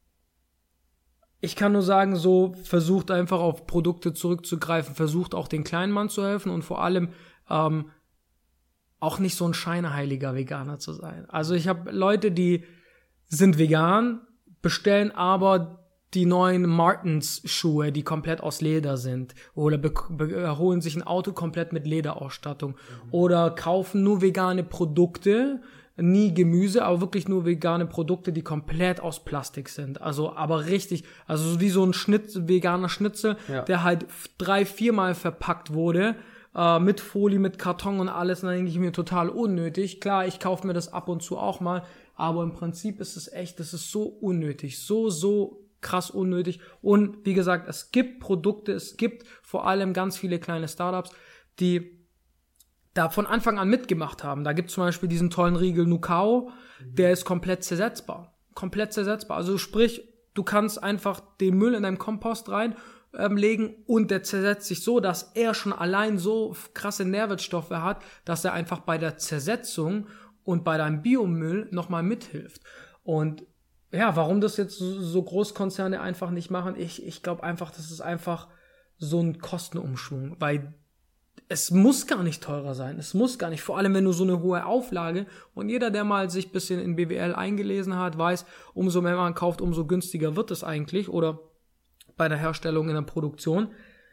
Speaker 2: ich kann nur sagen, so versucht einfach auf Produkte zurückzugreifen, versucht auch den kleinen Mann zu helfen und vor allem ähm, auch nicht so ein scheinheiliger Veganer zu sein. Also ich habe Leute, die sind vegan, bestellen aber die neuen Martens-Schuhe, die komplett aus Leder sind, oder be- be- holen sich ein Auto komplett mit Lederausstattung, mhm. oder kaufen nur vegane Produkte, nie Gemüse, aber wirklich nur vegane Produkte, die komplett aus Plastik sind. Also aber richtig, also wie so ein Schnitz, veganer Schnitzel, ja. der halt drei, viermal verpackt wurde, äh, mit Folie, mit Karton und alles, und dann denke ich mir, total unnötig. Klar, ich kaufe mir das ab und zu auch mal, aber im Prinzip ist es echt, das ist so unnötig, so, so krass unnötig. Und wie gesagt, es gibt Produkte, es gibt vor allem ganz viele kleine Startups, die da von Anfang an mitgemacht haben. Da gibt es zum Beispiel diesen tollen Riegel Nukao, mhm. der ist komplett zersetzbar. Komplett zersetzbar. Also sprich, du kannst einfach den Müll in deinem Kompost rein ähm, legen und der zersetzt sich so, dass er schon allein so krasse Nährwertstoffe hat, dass er einfach bei der Zersetzung und bei deinem Biomüll nochmal mithilft. Und ja, warum das jetzt so, so Großkonzerne einfach nicht machen, ich, ich glaube einfach, das ist einfach so ein Kostenumschwung, weil es muss gar nicht teurer sein, es muss gar nicht, vor allem wenn du so eine hohe Auflage, und jeder, der mal sich ein bisschen in B W L eingelesen hat, weiß, umso mehr man kauft, umso günstiger wird es eigentlich, oder bei der Herstellung in der Produktion.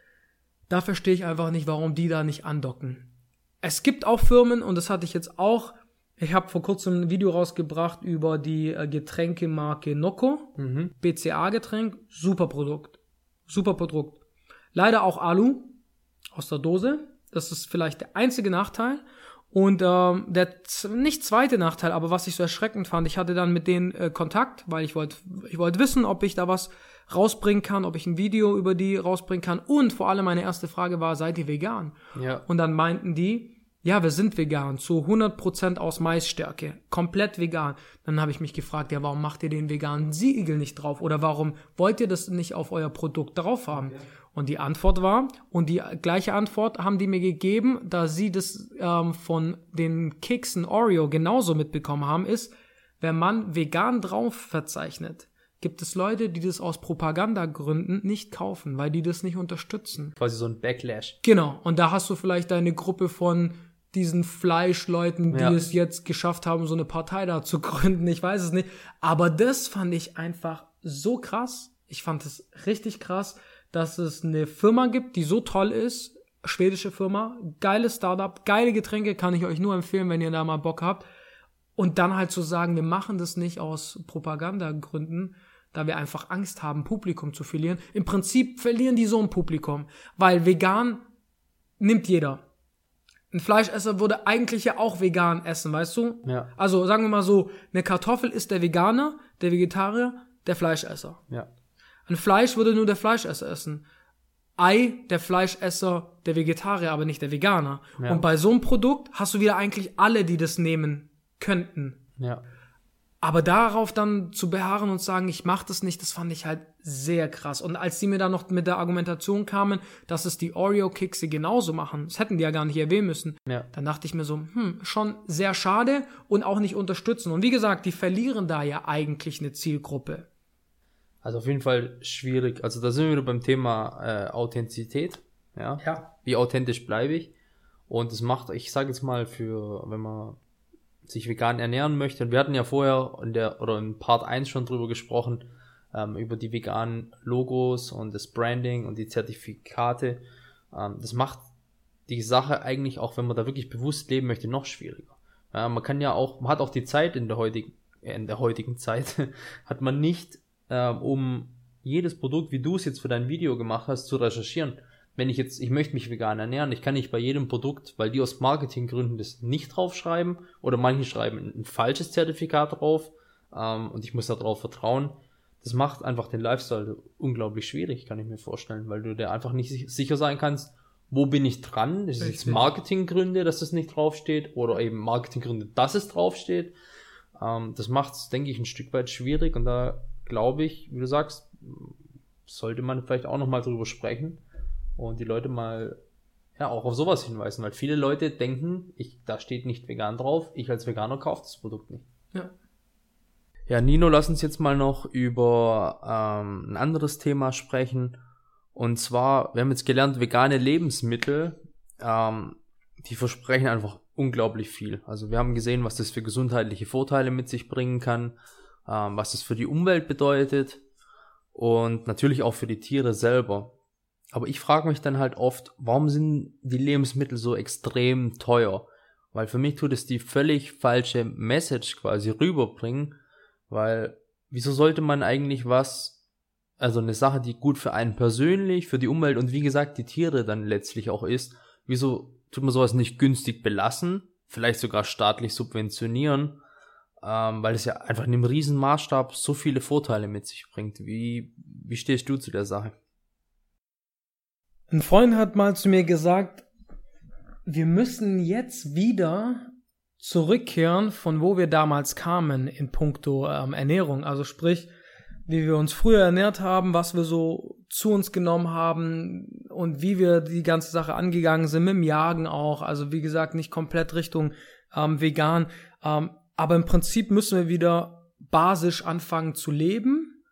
Speaker 2: Da verstehe ich einfach nicht, warum die da nicht andocken. Es gibt auch Firmen, und das hatte ich jetzt auch, ich habe vor kurzem ein Video rausgebracht über die äh, Getränkemarke Nocco, mhm. B C A-Getränk, super Produkt, super Produkt. Leider auch Alu aus der Dose, das ist vielleicht der einzige Nachteil. Und ähm, der z- nicht zweite Nachteil, aber was ich so erschreckend fand, ich hatte dann mit denen äh, Kontakt, weil ich wollte ich wollte wissen, ob ich da was rausbringen kann, ob ich ein Video über die rausbringen kann, und vor allem meine erste Frage war, seid ihr vegan? Ja. Und dann meinten die, ja, wir sind vegan, zu hundert Prozent aus Maisstärke, komplett vegan. Dann habe ich mich gefragt, ja, warum macht ihr den veganen Siegel nicht drauf? Oder warum wollt ihr das nicht auf euer Produkt drauf haben? Okay. Und die Antwort war, und die gleiche Antwort haben die mir gegeben, da sie das ähm, von den Keksen Oreo genauso mitbekommen haben, ist, wenn man vegan drauf verzeichnet, gibt es Leute, die das aus Propagandagründen nicht kaufen, weil die das nicht unterstützen.
Speaker 1: Quasi so ein Backlash.
Speaker 2: Genau, und da hast du vielleicht eine Gruppe von diesen Fleischleuten, die ja. es jetzt geschafft haben, so eine Partei da zu gründen, ich weiß es nicht. Aber das fand ich einfach so krass. Ich fand es richtig krass, dass es eine Firma gibt, die so toll ist, schwedische Firma, geiles Startup, geile Getränke, kann ich euch nur empfehlen, wenn ihr da mal Bock habt. Und dann halt zu sagen, wir machen das nicht aus Propagandagründen, da wir einfach Angst haben, Publikum zu verlieren. Im Prinzip verlieren die so ein Publikum, weil vegan nimmt jeder. Ein Fleischesser würde eigentlich ja auch vegan essen, weißt du? Ja. Also sagen wir mal so, eine Kartoffel ist der Veganer, der Vegetarier, der Fleischesser.
Speaker 1: Ja.
Speaker 2: Ein Fleisch würde nur der Fleischesser essen. Ei, der Fleischesser, der Vegetarier, aber nicht der Veganer. Ja. Und bei so einem Produkt hast du wieder eigentlich alle, die das nehmen könnten.
Speaker 1: Ja.
Speaker 2: Aber darauf dann zu beharren und sagen, ich mach das nicht, das fand ich halt sehr krass. Und als die mir dann noch mit der Argumentation kamen, dass es die Oreo-Kekse genauso machen, das hätten die ja gar nicht erwähnen müssen, ja. dann dachte ich mir so, hm, schon sehr schade und auch nicht unterstützen. Und wie gesagt, die verlieren da ja eigentlich eine Zielgruppe.
Speaker 1: Also auf jeden Fall schwierig. Also da sind wir wieder beim Thema äh, Authentizität. Ja? ja. Wie authentisch bleibe ich? Und das macht, ich sage jetzt mal, für, wenn man sich vegan ernähren möchte. Und wir hatten ja vorher in der oder in Part eins schon drüber gesprochen, ähm, über die veganen Logos und das Branding und die Zertifikate. Ähm, das macht die Sache eigentlich auch, wenn man da wirklich bewusst leben möchte, noch schwieriger. Ja, man kann ja auch, man hat auch die Zeit in der heutigen, äh, in der heutigen Zeit, hat man nicht, ähm, um jedes Produkt, wie du es jetzt für dein Video gemacht hast, zu recherchieren. Wenn ich jetzt, ich möchte mich vegan ernähren, ich kann nicht bei jedem Produkt, weil die aus Marketinggründen das nicht draufschreiben oder manche schreiben ein falsches Zertifikat drauf ähm, und ich muss da drauf vertrauen. Das macht einfach den Lifestyle unglaublich schwierig, kann ich mir vorstellen, weil du dir einfach nicht sicher sein kannst, wo bin ich dran? Das ist jetzt Marketinggründe, dass das nicht draufsteht oder eben Marketinggründe, dass es draufsteht. Ähm, das macht es, denke ich, ein Stück weit schwierig und da glaube ich, wie du sagst, sollte man vielleicht auch nochmal drüber sprechen und die Leute mal ja auch auf sowas hinweisen, weil viele Leute denken, ich, da steht nicht vegan drauf, ich als Veganer kaufe das Produkt nicht.
Speaker 2: Ja.
Speaker 1: Ja, Nino, lass uns jetzt mal noch über ähm, ein anderes Thema sprechen. Und zwar, wir haben jetzt gelernt, vegane Lebensmittel, ähm, die versprechen einfach unglaublich viel. Also wir haben gesehen, was das für gesundheitliche Vorteile mit sich bringen kann, ähm, was das für die Umwelt bedeutet und natürlich auch für die Tiere selber. Aber ich frage mich dann halt oft, warum sind die Lebensmittel so extrem teuer? Weil für mich tut es die völlig falsche Message quasi rüberbringen, weil wieso sollte man eigentlich was, also eine Sache, die gut für einen persönlich, für die Umwelt und wie gesagt die Tiere dann letztlich auch ist, wieso tut man sowas nicht günstig belassen, vielleicht sogar staatlich subventionieren, ähm, weil es ja einfach in einem riesen Maßstab so viele Vorteile mit sich bringt. Wie, wie stehst du zu der Sache?
Speaker 2: Ein Freund hat mal zu mir gesagt, wir müssen jetzt wieder zurückkehren, von wo wir damals kamen in puncto ähm, Ernährung. Also sprich, wie wir uns früher ernährt haben, was wir so zu uns genommen haben und wie wir die ganze Sache angegangen sind, mit dem Jagen auch. Also wie gesagt, nicht komplett Richtung ähm, vegan. Ähm, aber im Prinzip müssen wir wieder basisch anfangen zu leben,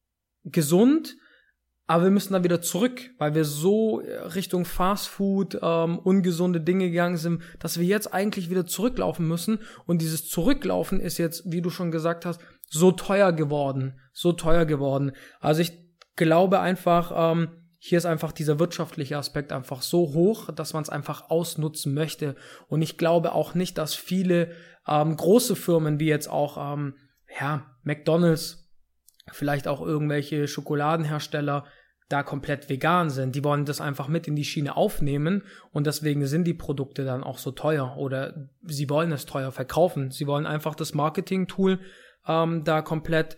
Speaker 2: gesund. Aber wir müssen dann wieder zurück, weil wir so Richtung Fastfood, ähm, ungesunde Dinge gegangen sind, dass wir jetzt eigentlich wieder zurücklaufen müssen. Und dieses Zurücklaufen ist jetzt, wie du schon gesagt hast, so teuer geworden, so teuer geworden. Also ich glaube einfach, ähm, hier ist einfach dieser wirtschaftliche Aspekt einfach so hoch, dass man es einfach ausnutzen möchte. Und ich glaube auch nicht, dass viele ähm, große Firmen wie jetzt auch ähm, ja McDonald's, vielleicht auch irgendwelche Schokoladenhersteller da komplett vegan sind. Die wollen das einfach mit in die Schiene aufnehmen und deswegen sind die Produkte dann auch so teuer oder sie wollen es teuer verkaufen. Sie wollen einfach das Marketing-Tool ähm, da komplett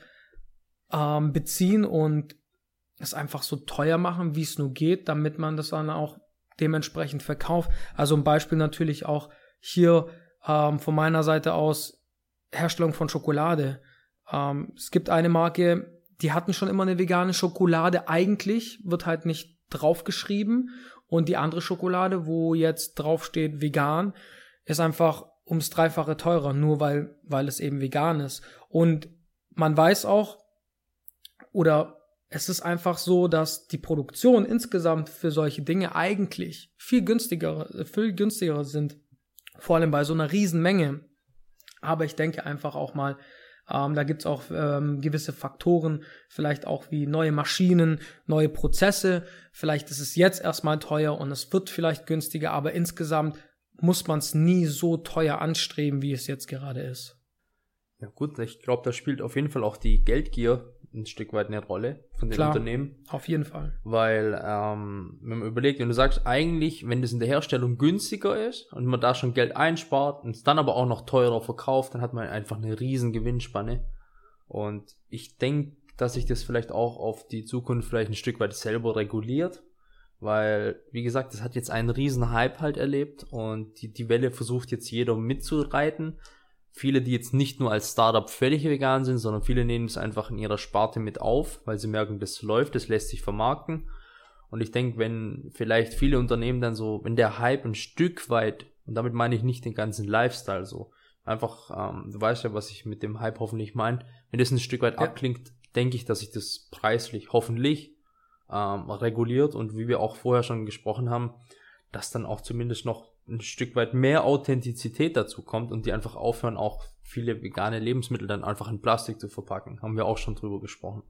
Speaker 2: ähm, beziehen und es einfach so teuer machen, wie es nur geht, damit man das dann auch dementsprechend verkauft. Also ein Beispiel natürlich auch hier ähm, von meiner Seite aus Herstellung von Schokolade. Ähm, es gibt eine Marke, die hatten schon immer eine vegane Schokolade. Eigentlich wird halt nicht draufgeschrieben. Und die andere Schokolade, wo jetzt draufsteht vegan, ist einfach ums Dreifache teurer, nur weil, weil es eben vegan ist. Und man weiß auch, oder es ist einfach so, dass die Produktion insgesamt für solche Dinge eigentlich viel günstiger, viel günstiger sind. Vor allem bei so einer Riesenmenge. Aber ich denke einfach auch mal, Ähm, da gibt's auch ähm, gewisse Faktoren, vielleicht auch wie neue Maschinen, neue Prozesse. Vielleicht ist es jetzt erstmal teuer und es wird vielleicht günstiger, aber insgesamt muss man es nie so teuer anstreben, wie es jetzt gerade ist.
Speaker 1: Ja gut, ich glaube, da spielt auf jeden Fall auch die Geldgier ein Stück weit eine Rolle von den
Speaker 2: Klar,
Speaker 1: Unternehmen.
Speaker 2: Auf jeden Fall.
Speaker 1: Weil, ähm, wenn man überlegt, wenn du sagst, eigentlich, wenn das in der Herstellung günstiger ist und man da schon Geld einspart und es dann aber auch noch teurer verkauft, dann hat man einfach eine riesen Gewinnspanne. Und ich denke, dass sich das vielleicht auch auf die Zukunft vielleicht ein Stück weit selber reguliert. Weil, wie gesagt, das hat jetzt einen riesen Hype halt erlebt und die, die Welle versucht jetzt jeder mitzureiten. Viele, die jetzt nicht nur als Startup völlig vegan sind, sondern viele nehmen es einfach in ihrer Sparte mit auf, weil sie merken, das läuft, das lässt sich vermarkten. Und ich denke, wenn vielleicht viele Unternehmen dann so, wenn der Hype ein Stück weit, und damit meine ich nicht den ganzen Lifestyle so, einfach, ähm, du weißt ja, was ich mit dem Hype hoffentlich meine, wenn das ein Stück weit ja. abklingt, denke ich, dass sich das preislich hoffentlich ähm, reguliert und wie wir auch vorher schon gesprochen haben, dass dann auch zumindest noch ein Stück weit mehr Authentizität dazu kommt und die einfach aufhören, auch viele vegane Lebensmittel dann einfach in Plastik zu verpacken. Haben wir auch schon drüber gesprochen.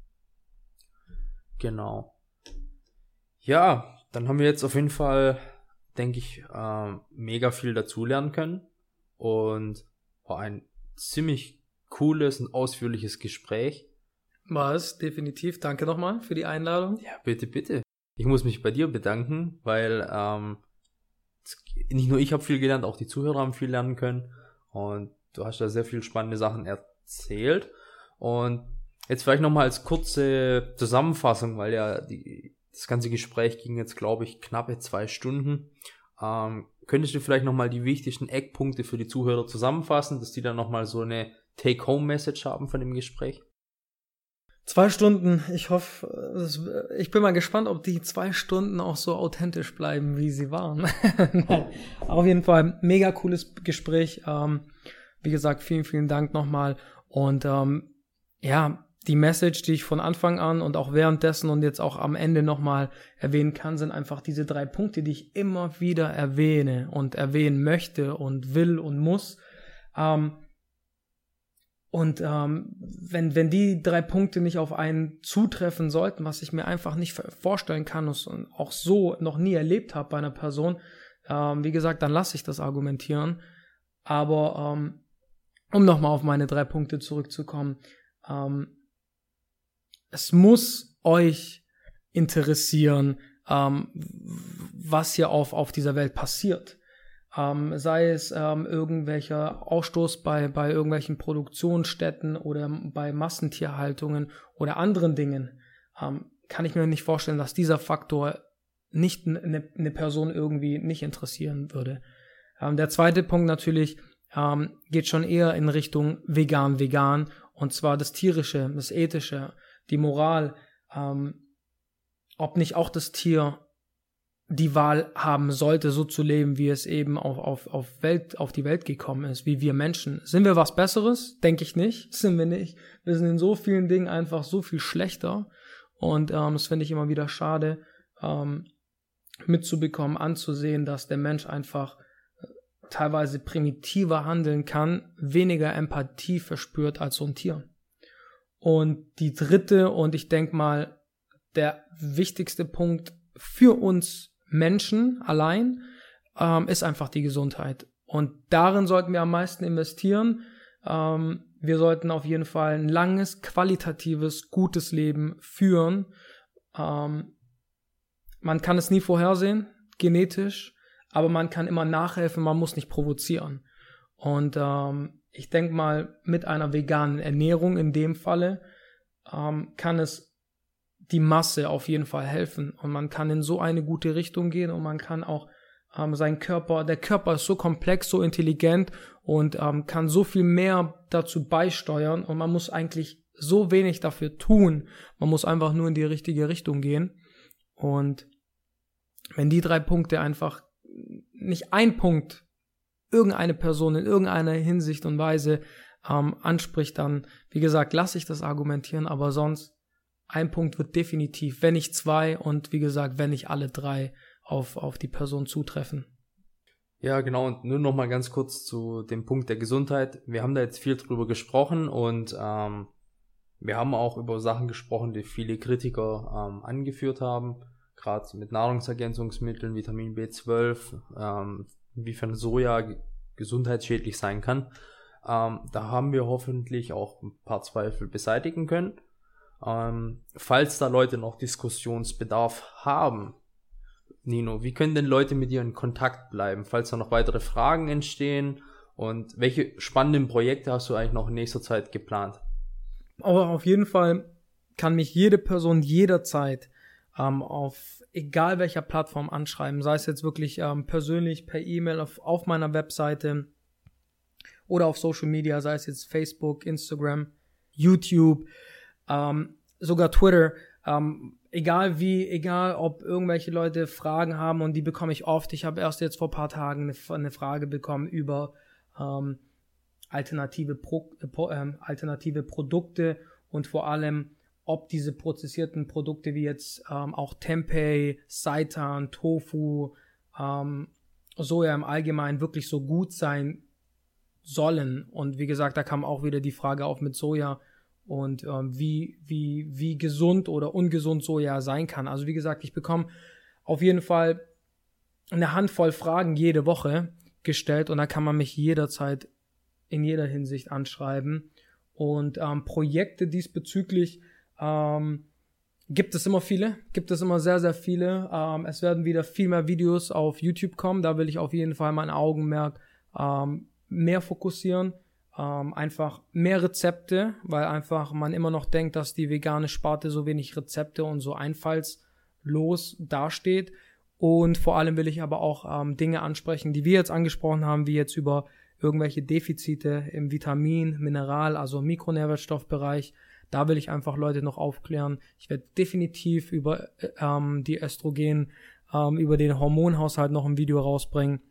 Speaker 1: Genau. Ja, dann haben wir jetzt auf jeden Fall, denke ich, äh, mega viel dazulernen können und war ein ziemlich cooles und ausführliches Gespräch.
Speaker 2: War es, definitiv. Danke nochmal für die Einladung.
Speaker 1: Ja, bitte, bitte. Ich muss mich bei dir bedanken, weil ähm, nicht nur ich habe viel gelernt, auch die Zuhörer haben viel lernen können und du hast da sehr viel spannende Sachen erzählt. Und jetzt vielleicht nochmal als kurze Zusammenfassung, weil ja die, das ganze Gespräch ging jetzt, glaube ich, knappe zwei Stunden. Ähm, könntest du vielleicht nochmal die wichtigsten Eckpunkte für die Zuhörer zusammenfassen, dass die dann nochmal so eine Take-Home-Message haben von dem Gespräch?
Speaker 2: Zwei Stunden. Ich hoffe, ich bin mal gespannt, ob die zwei Stunden auch so authentisch bleiben, wie sie waren. Nein, auf jeden Fall mega cooles Gespräch. Ähm, wie gesagt, vielen, vielen Dank nochmal. Und ähm, ja, die Message, die ich von Anfang an und auch währenddessen und jetzt auch am Ende nochmal erwähnen kann, sind einfach diese drei Punkte, die ich immer wieder erwähne und erwähnen möchte und will und muss. Ähm, Und ähm, wenn wenn die drei Punkte nicht auf einen zutreffen sollten, was ich mir einfach nicht vorstellen kann und auch so noch nie erlebt habe bei einer Person, ähm, wie gesagt, dann lasse ich das argumentieren. Aber ähm, um nochmal auf meine drei Punkte zurückzukommen, ähm, es muss euch interessieren, ähm, was hier auf auf dieser Welt passiert. Ähm, sei es ähm, irgendwelcher Ausstoß bei, bei irgendwelchen Produktionsstätten oder bei Massentierhaltungen oder anderen Dingen, ähm, kann ich mir nicht vorstellen, dass dieser Faktor nicht eine, eine Person irgendwie nicht interessieren würde. Ähm, der zweite Punkt natürlich ähm, geht schon eher in Richtung vegan, vegan, und zwar das Tierische, das Ethische, die Moral, ähm, ob nicht auch das Tier die Wahl haben sollte, so zu leben, wie es eben auf, auf, auf, Welt, auf die Welt gekommen ist, wie wir Menschen. Sind wir was Besseres? Denke ich nicht. Sind wir nicht. Wir sind in so vielen Dingen einfach so viel schlechter. Und ähm, das finde ich immer wieder schade, ähm, mitzubekommen, anzusehen, dass der Mensch einfach teilweise primitiver handeln kann, weniger Empathie verspürt als so ein Tier. Und die dritte und ich denke mal der wichtigste Punkt für uns Menschen allein ähm, ist einfach die Gesundheit. Und darin sollten wir am meisten investieren. Ähm, wir sollten auf jeden Fall ein langes, qualitatives, gutes Leben führen. Ähm, man kann es nie vorhersehen, genetisch, aber man kann immer nachhelfen, man muss nicht provozieren. Und ähm, ich denke mal, mit einer veganen Ernährung in dem Falle ähm, kann es die Masse auf jeden Fall helfen. Und man kann in so eine gute Richtung gehen und man kann auch ähm, seinen Körper, der Körper ist so komplex, so intelligent und ähm, kann so viel mehr dazu beisteuern und man muss eigentlich so wenig dafür tun. Man muss einfach nur in die richtige Richtung gehen. Und wenn die drei Punkte einfach nicht ein Punkt irgendeine Person in irgendeiner Hinsicht und Weise ähm, anspricht, dann, wie gesagt, lasse ich das argumentieren, aber sonst ein Punkt wird definitiv, wenn nicht zwei und wie gesagt, wenn nicht alle drei auf, auf die Person zutreffen.
Speaker 1: Ja, genau, und nur noch mal ganz kurz zu dem Punkt der Gesundheit. Wir haben da jetzt viel drüber gesprochen und ähm, wir haben auch über Sachen gesprochen, die viele Kritiker ähm, angeführt haben, gerade mit Nahrungsergänzungsmitteln, Vitamin B zwölf, ähm, inwiefern Soja g- gesundheitsschädlich sein kann. Ähm, da haben wir hoffentlich auch ein paar Zweifel beseitigen können. Ähm, falls da Leute noch Diskussionsbedarf haben, Nino, wie können denn Leute mit dir in Kontakt bleiben, falls da noch weitere Fragen entstehen, und welche spannenden Projekte hast du eigentlich noch in nächster Zeit geplant?
Speaker 2: Aber auf jeden Fall kann mich jede Person jederzeit ähm, auf egal welcher Plattform anschreiben, sei es jetzt wirklich ähm, persönlich per E-Mail auf, auf meiner Webseite oder auf Social Media, sei es jetzt Facebook, Instagram, YouTube, Ähm, sogar Twitter, ähm, egal wie, egal ob irgendwelche Leute Fragen haben, und die bekomme ich oft. Ich habe erst jetzt vor ein paar Tagen eine, eine Frage bekommen über ähm, alternative, Pro, äh, äh, alternative Produkte und vor allem, ob diese prozessierten Produkte wie jetzt ähm, auch Tempeh, Seitan, Tofu, ähm, Soja im Allgemeinen wirklich so gut sein sollen. Und wie gesagt, da kam auch wieder die Frage auf mit Soja und ähm, wie, wie, wie gesund oder ungesund Soja sein kann. Also wie gesagt, ich bekomme auf jeden Fall eine Handvoll Fragen jede Woche gestellt und da kann man mich jederzeit in jeder Hinsicht anschreiben. Und ähm, Projekte diesbezüglich ähm, gibt es immer viele, gibt es immer sehr, sehr viele. Ähm, es werden wieder viel mehr Videos auf YouTube kommen, da will ich auf jeden Fall mein Augenmerk ähm, mehr fokussieren. Ähm, einfach mehr Rezepte, weil einfach man immer noch denkt, dass die vegane Sparte so wenig Rezepte und so einfallslos dasteht. Und vor allem will ich aber auch ähm, Dinge ansprechen, die wir jetzt angesprochen haben, wie jetzt über, irgendwelche Defizite im Vitamin, Mineral, also im Mikronährwertstoffbereich. Da will ich einfach Leute noch aufklären. Ich werde definitiv über ähm, die Östrogen, ähm, über den Hormonhaushalt noch ein Video rausbringen.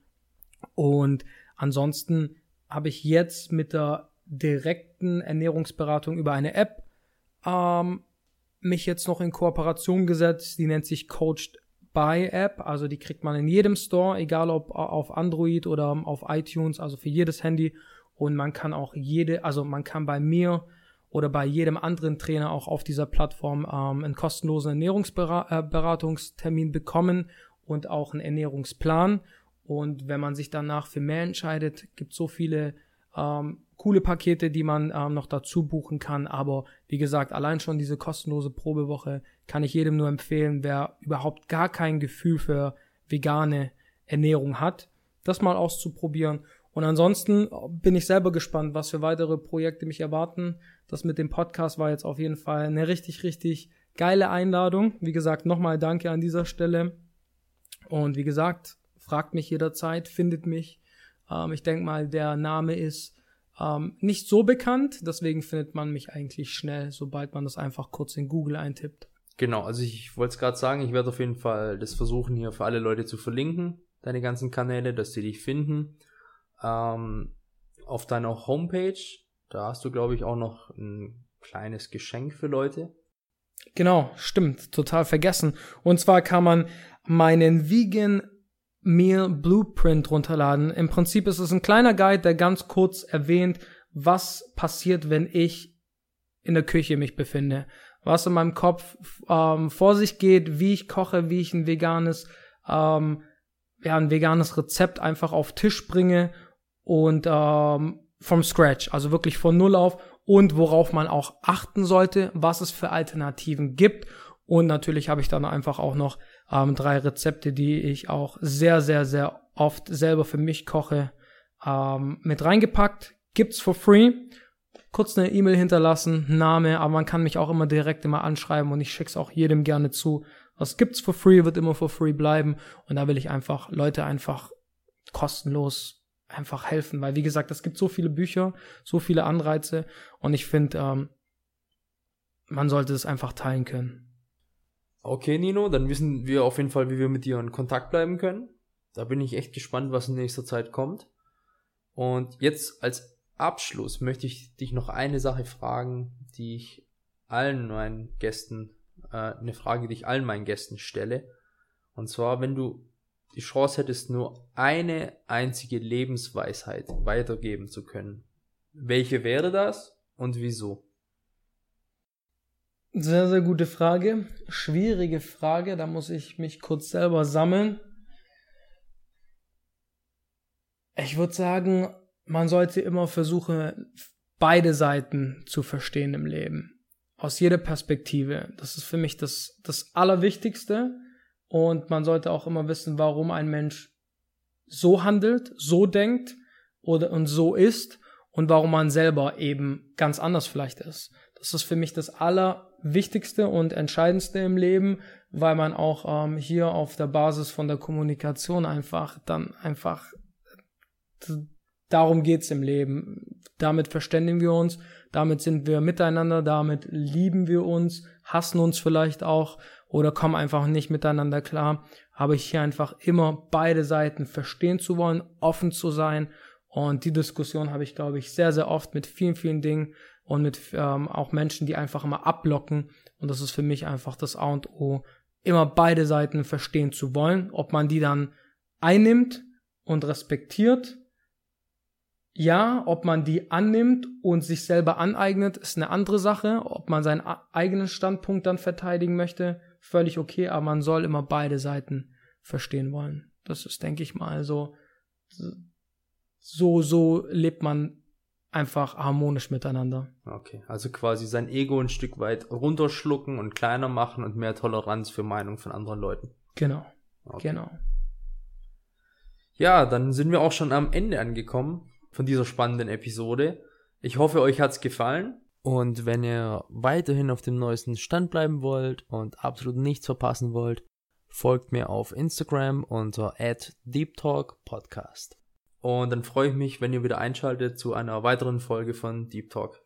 Speaker 2: Und ansonsten habe ich jetzt mit der direkten Ernährungsberatung über eine App ähm, mich jetzt noch in Kooperation gesetzt. Die nennt sich Coached by App. Also die kriegt man in jedem Store, egal ob auf Android oder auf iTunes, also für jedes Handy. Und man kann auch jede, also man kann bei mir oder bei jedem anderen Trainer auch auf dieser Plattform ähm, einen kostenlosen Ernährungsberatungstermin bekommen und auch einen Ernährungsplan. Und wenn man sich danach für mehr entscheidet, gibt es so viele ähm, coole Pakete, die man ähm, noch dazu buchen kann. Aber wie gesagt, allein schon diese kostenlose Probewoche kann ich jedem nur empfehlen, wer überhaupt gar kein Gefühl für vegane Ernährung hat, das mal auszuprobieren. Und ansonsten bin ich selber gespannt, was für weitere Projekte mich erwarten. Das mit dem Podcast war jetzt auf jeden Fall eine richtig, richtig geile Einladung. Wie gesagt, nochmal danke an dieser Stelle. Und wie gesagt, fragt mich jederzeit, findet mich. Ähm, ich denke mal, der Name ist ähm, nicht so bekannt. Deswegen findet man mich eigentlich schnell, sobald man das einfach kurz in Google eintippt.
Speaker 1: Genau, also ich wollte es gerade sagen, ich werde auf jeden Fall das versuchen, hier für alle Leute zu verlinken, deine ganzen Kanäle, dass sie dich finden. Ähm, auf deiner Homepage, da hast du, glaube ich, auch noch ein kleines Geschenk für Leute.
Speaker 2: Genau, stimmt, total vergessen. Und zwar kann man meinen Vegan Meal Blueprint runterladen. Im Prinzip ist es ein kleiner Guide, der ganz kurz erwähnt, was passiert, wenn ich in der Küche mich befinde. Was in meinem Kopf ähm, vor sich geht, wie ich koche, wie ich ein veganes, ähm, ja, ein veganes Rezept einfach auf Tisch bringe und ähm, from scratch, also wirklich von Null auf, und worauf man auch achten sollte, was es für Alternativen gibt. Und natürlich habe ich dann einfach auch noch ähm, drei Rezepte, die ich auch sehr, sehr, sehr oft selber für mich koche, ähm, mit reingepackt. Gibt's for free. Kurz eine E-Mail hinterlassen, Name, aber man kann mich auch immer direkt immer anschreiben und ich schicke es auch jedem gerne zu. Was gibt's for free, wird immer for free bleiben. Und da will ich einfach Leute einfach kostenlos einfach helfen, weil wie gesagt, es gibt so viele Bücher, so viele Anreize und ich finde, ähm, man sollte es einfach teilen können.
Speaker 1: Okay, Nino, dann wissen wir auf jeden Fall, wie wir mit dir in Kontakt bleiben können. Da bin ich echt gespannt, was in nächster Zeit kommt. Und jetzt als Abschluss möchte ich dich noch eine Sache fragen, die ich allen meinen Gästen, äh, eine Frage, die ich allen meinen Gästen stelle. Und zwar, wenn du die Chance hättest, nur eine einzige Lebensweisheit weitergeben zu können. Welche wäre das und wieso?
Speaker 2: Sehr, sehr gute Frage. Schwierige Frage, da muss ich mich kurz selber sammeln. Ich würde sagen, man sollte immer versuchen, beide Seiten zu verstehen im Leben. Aus jeder Perspektive. Das ist für mich das, das Allerwichtigste. Und man sollte auch immer wissen, warum ein Mensch so handelt, so denkt oder und so ist und warum man selber eben ganz anders vielleicht ist. Das ist für mich das Allerwichtigste und Entscheidendste im Leben, weil man auch ähm, hier auf der Basis von der Kommunikation einfach dann einfach darum geht's im Leben. Damit verständigen wir uns, damit sind wir miteinander, damit lieben wir uns, hassen uns vielleicht auch oder kommen einfach nicht miteinander klar. Aber ich hier einfach immer beide Seiten verstehen zu wollen, offen zu sein. Und die Diskussion habe ich, glaube ich, sehr, sehr oft mit vielen, vielen Dingen und mit ähm, auch Menschen, die einfach immer abblocken. Und das ist für mich einfach das A und O, immer beide Seiten verstehen zu wollen. Ob man die dann einnimmt und respektiert, ja, ob man die annimmt und sich selber aneignet, ist eine andere Sache. Ob man seinen eigenen Standpunkt dann verteidigen möchte, völlig okay, aber man soll immer beide Seiten verstehen wollen. Das ist, denke ich mal, so, so, so lebt man einfach harmonisch miteinander.
Speaker 1: Okay, also quasi sein Ego ein Stück weit runterschlucken und kleiner machen und mehr Toleranz für Meinung von anderen Leuten.
Speaker 2: Genau,
Speaker 1: okay.
Speaker 2: genau.
Speaker 1: Ja, dann sind wir auch schon am Ende angekommen von dieser spannenden Episode. Ich hoffe, euch hat's gefallen. Und wenn ihr weiterhin auf dem neuesten Stand bleiben wollt und absolut nichts verpassen wollt, folgt mir auf Instagram unter at deeptalkpodcast. Und dann freue ich mich, wenn ihr wieder einschaltet zu einer weiteren Folge von Deep Talk.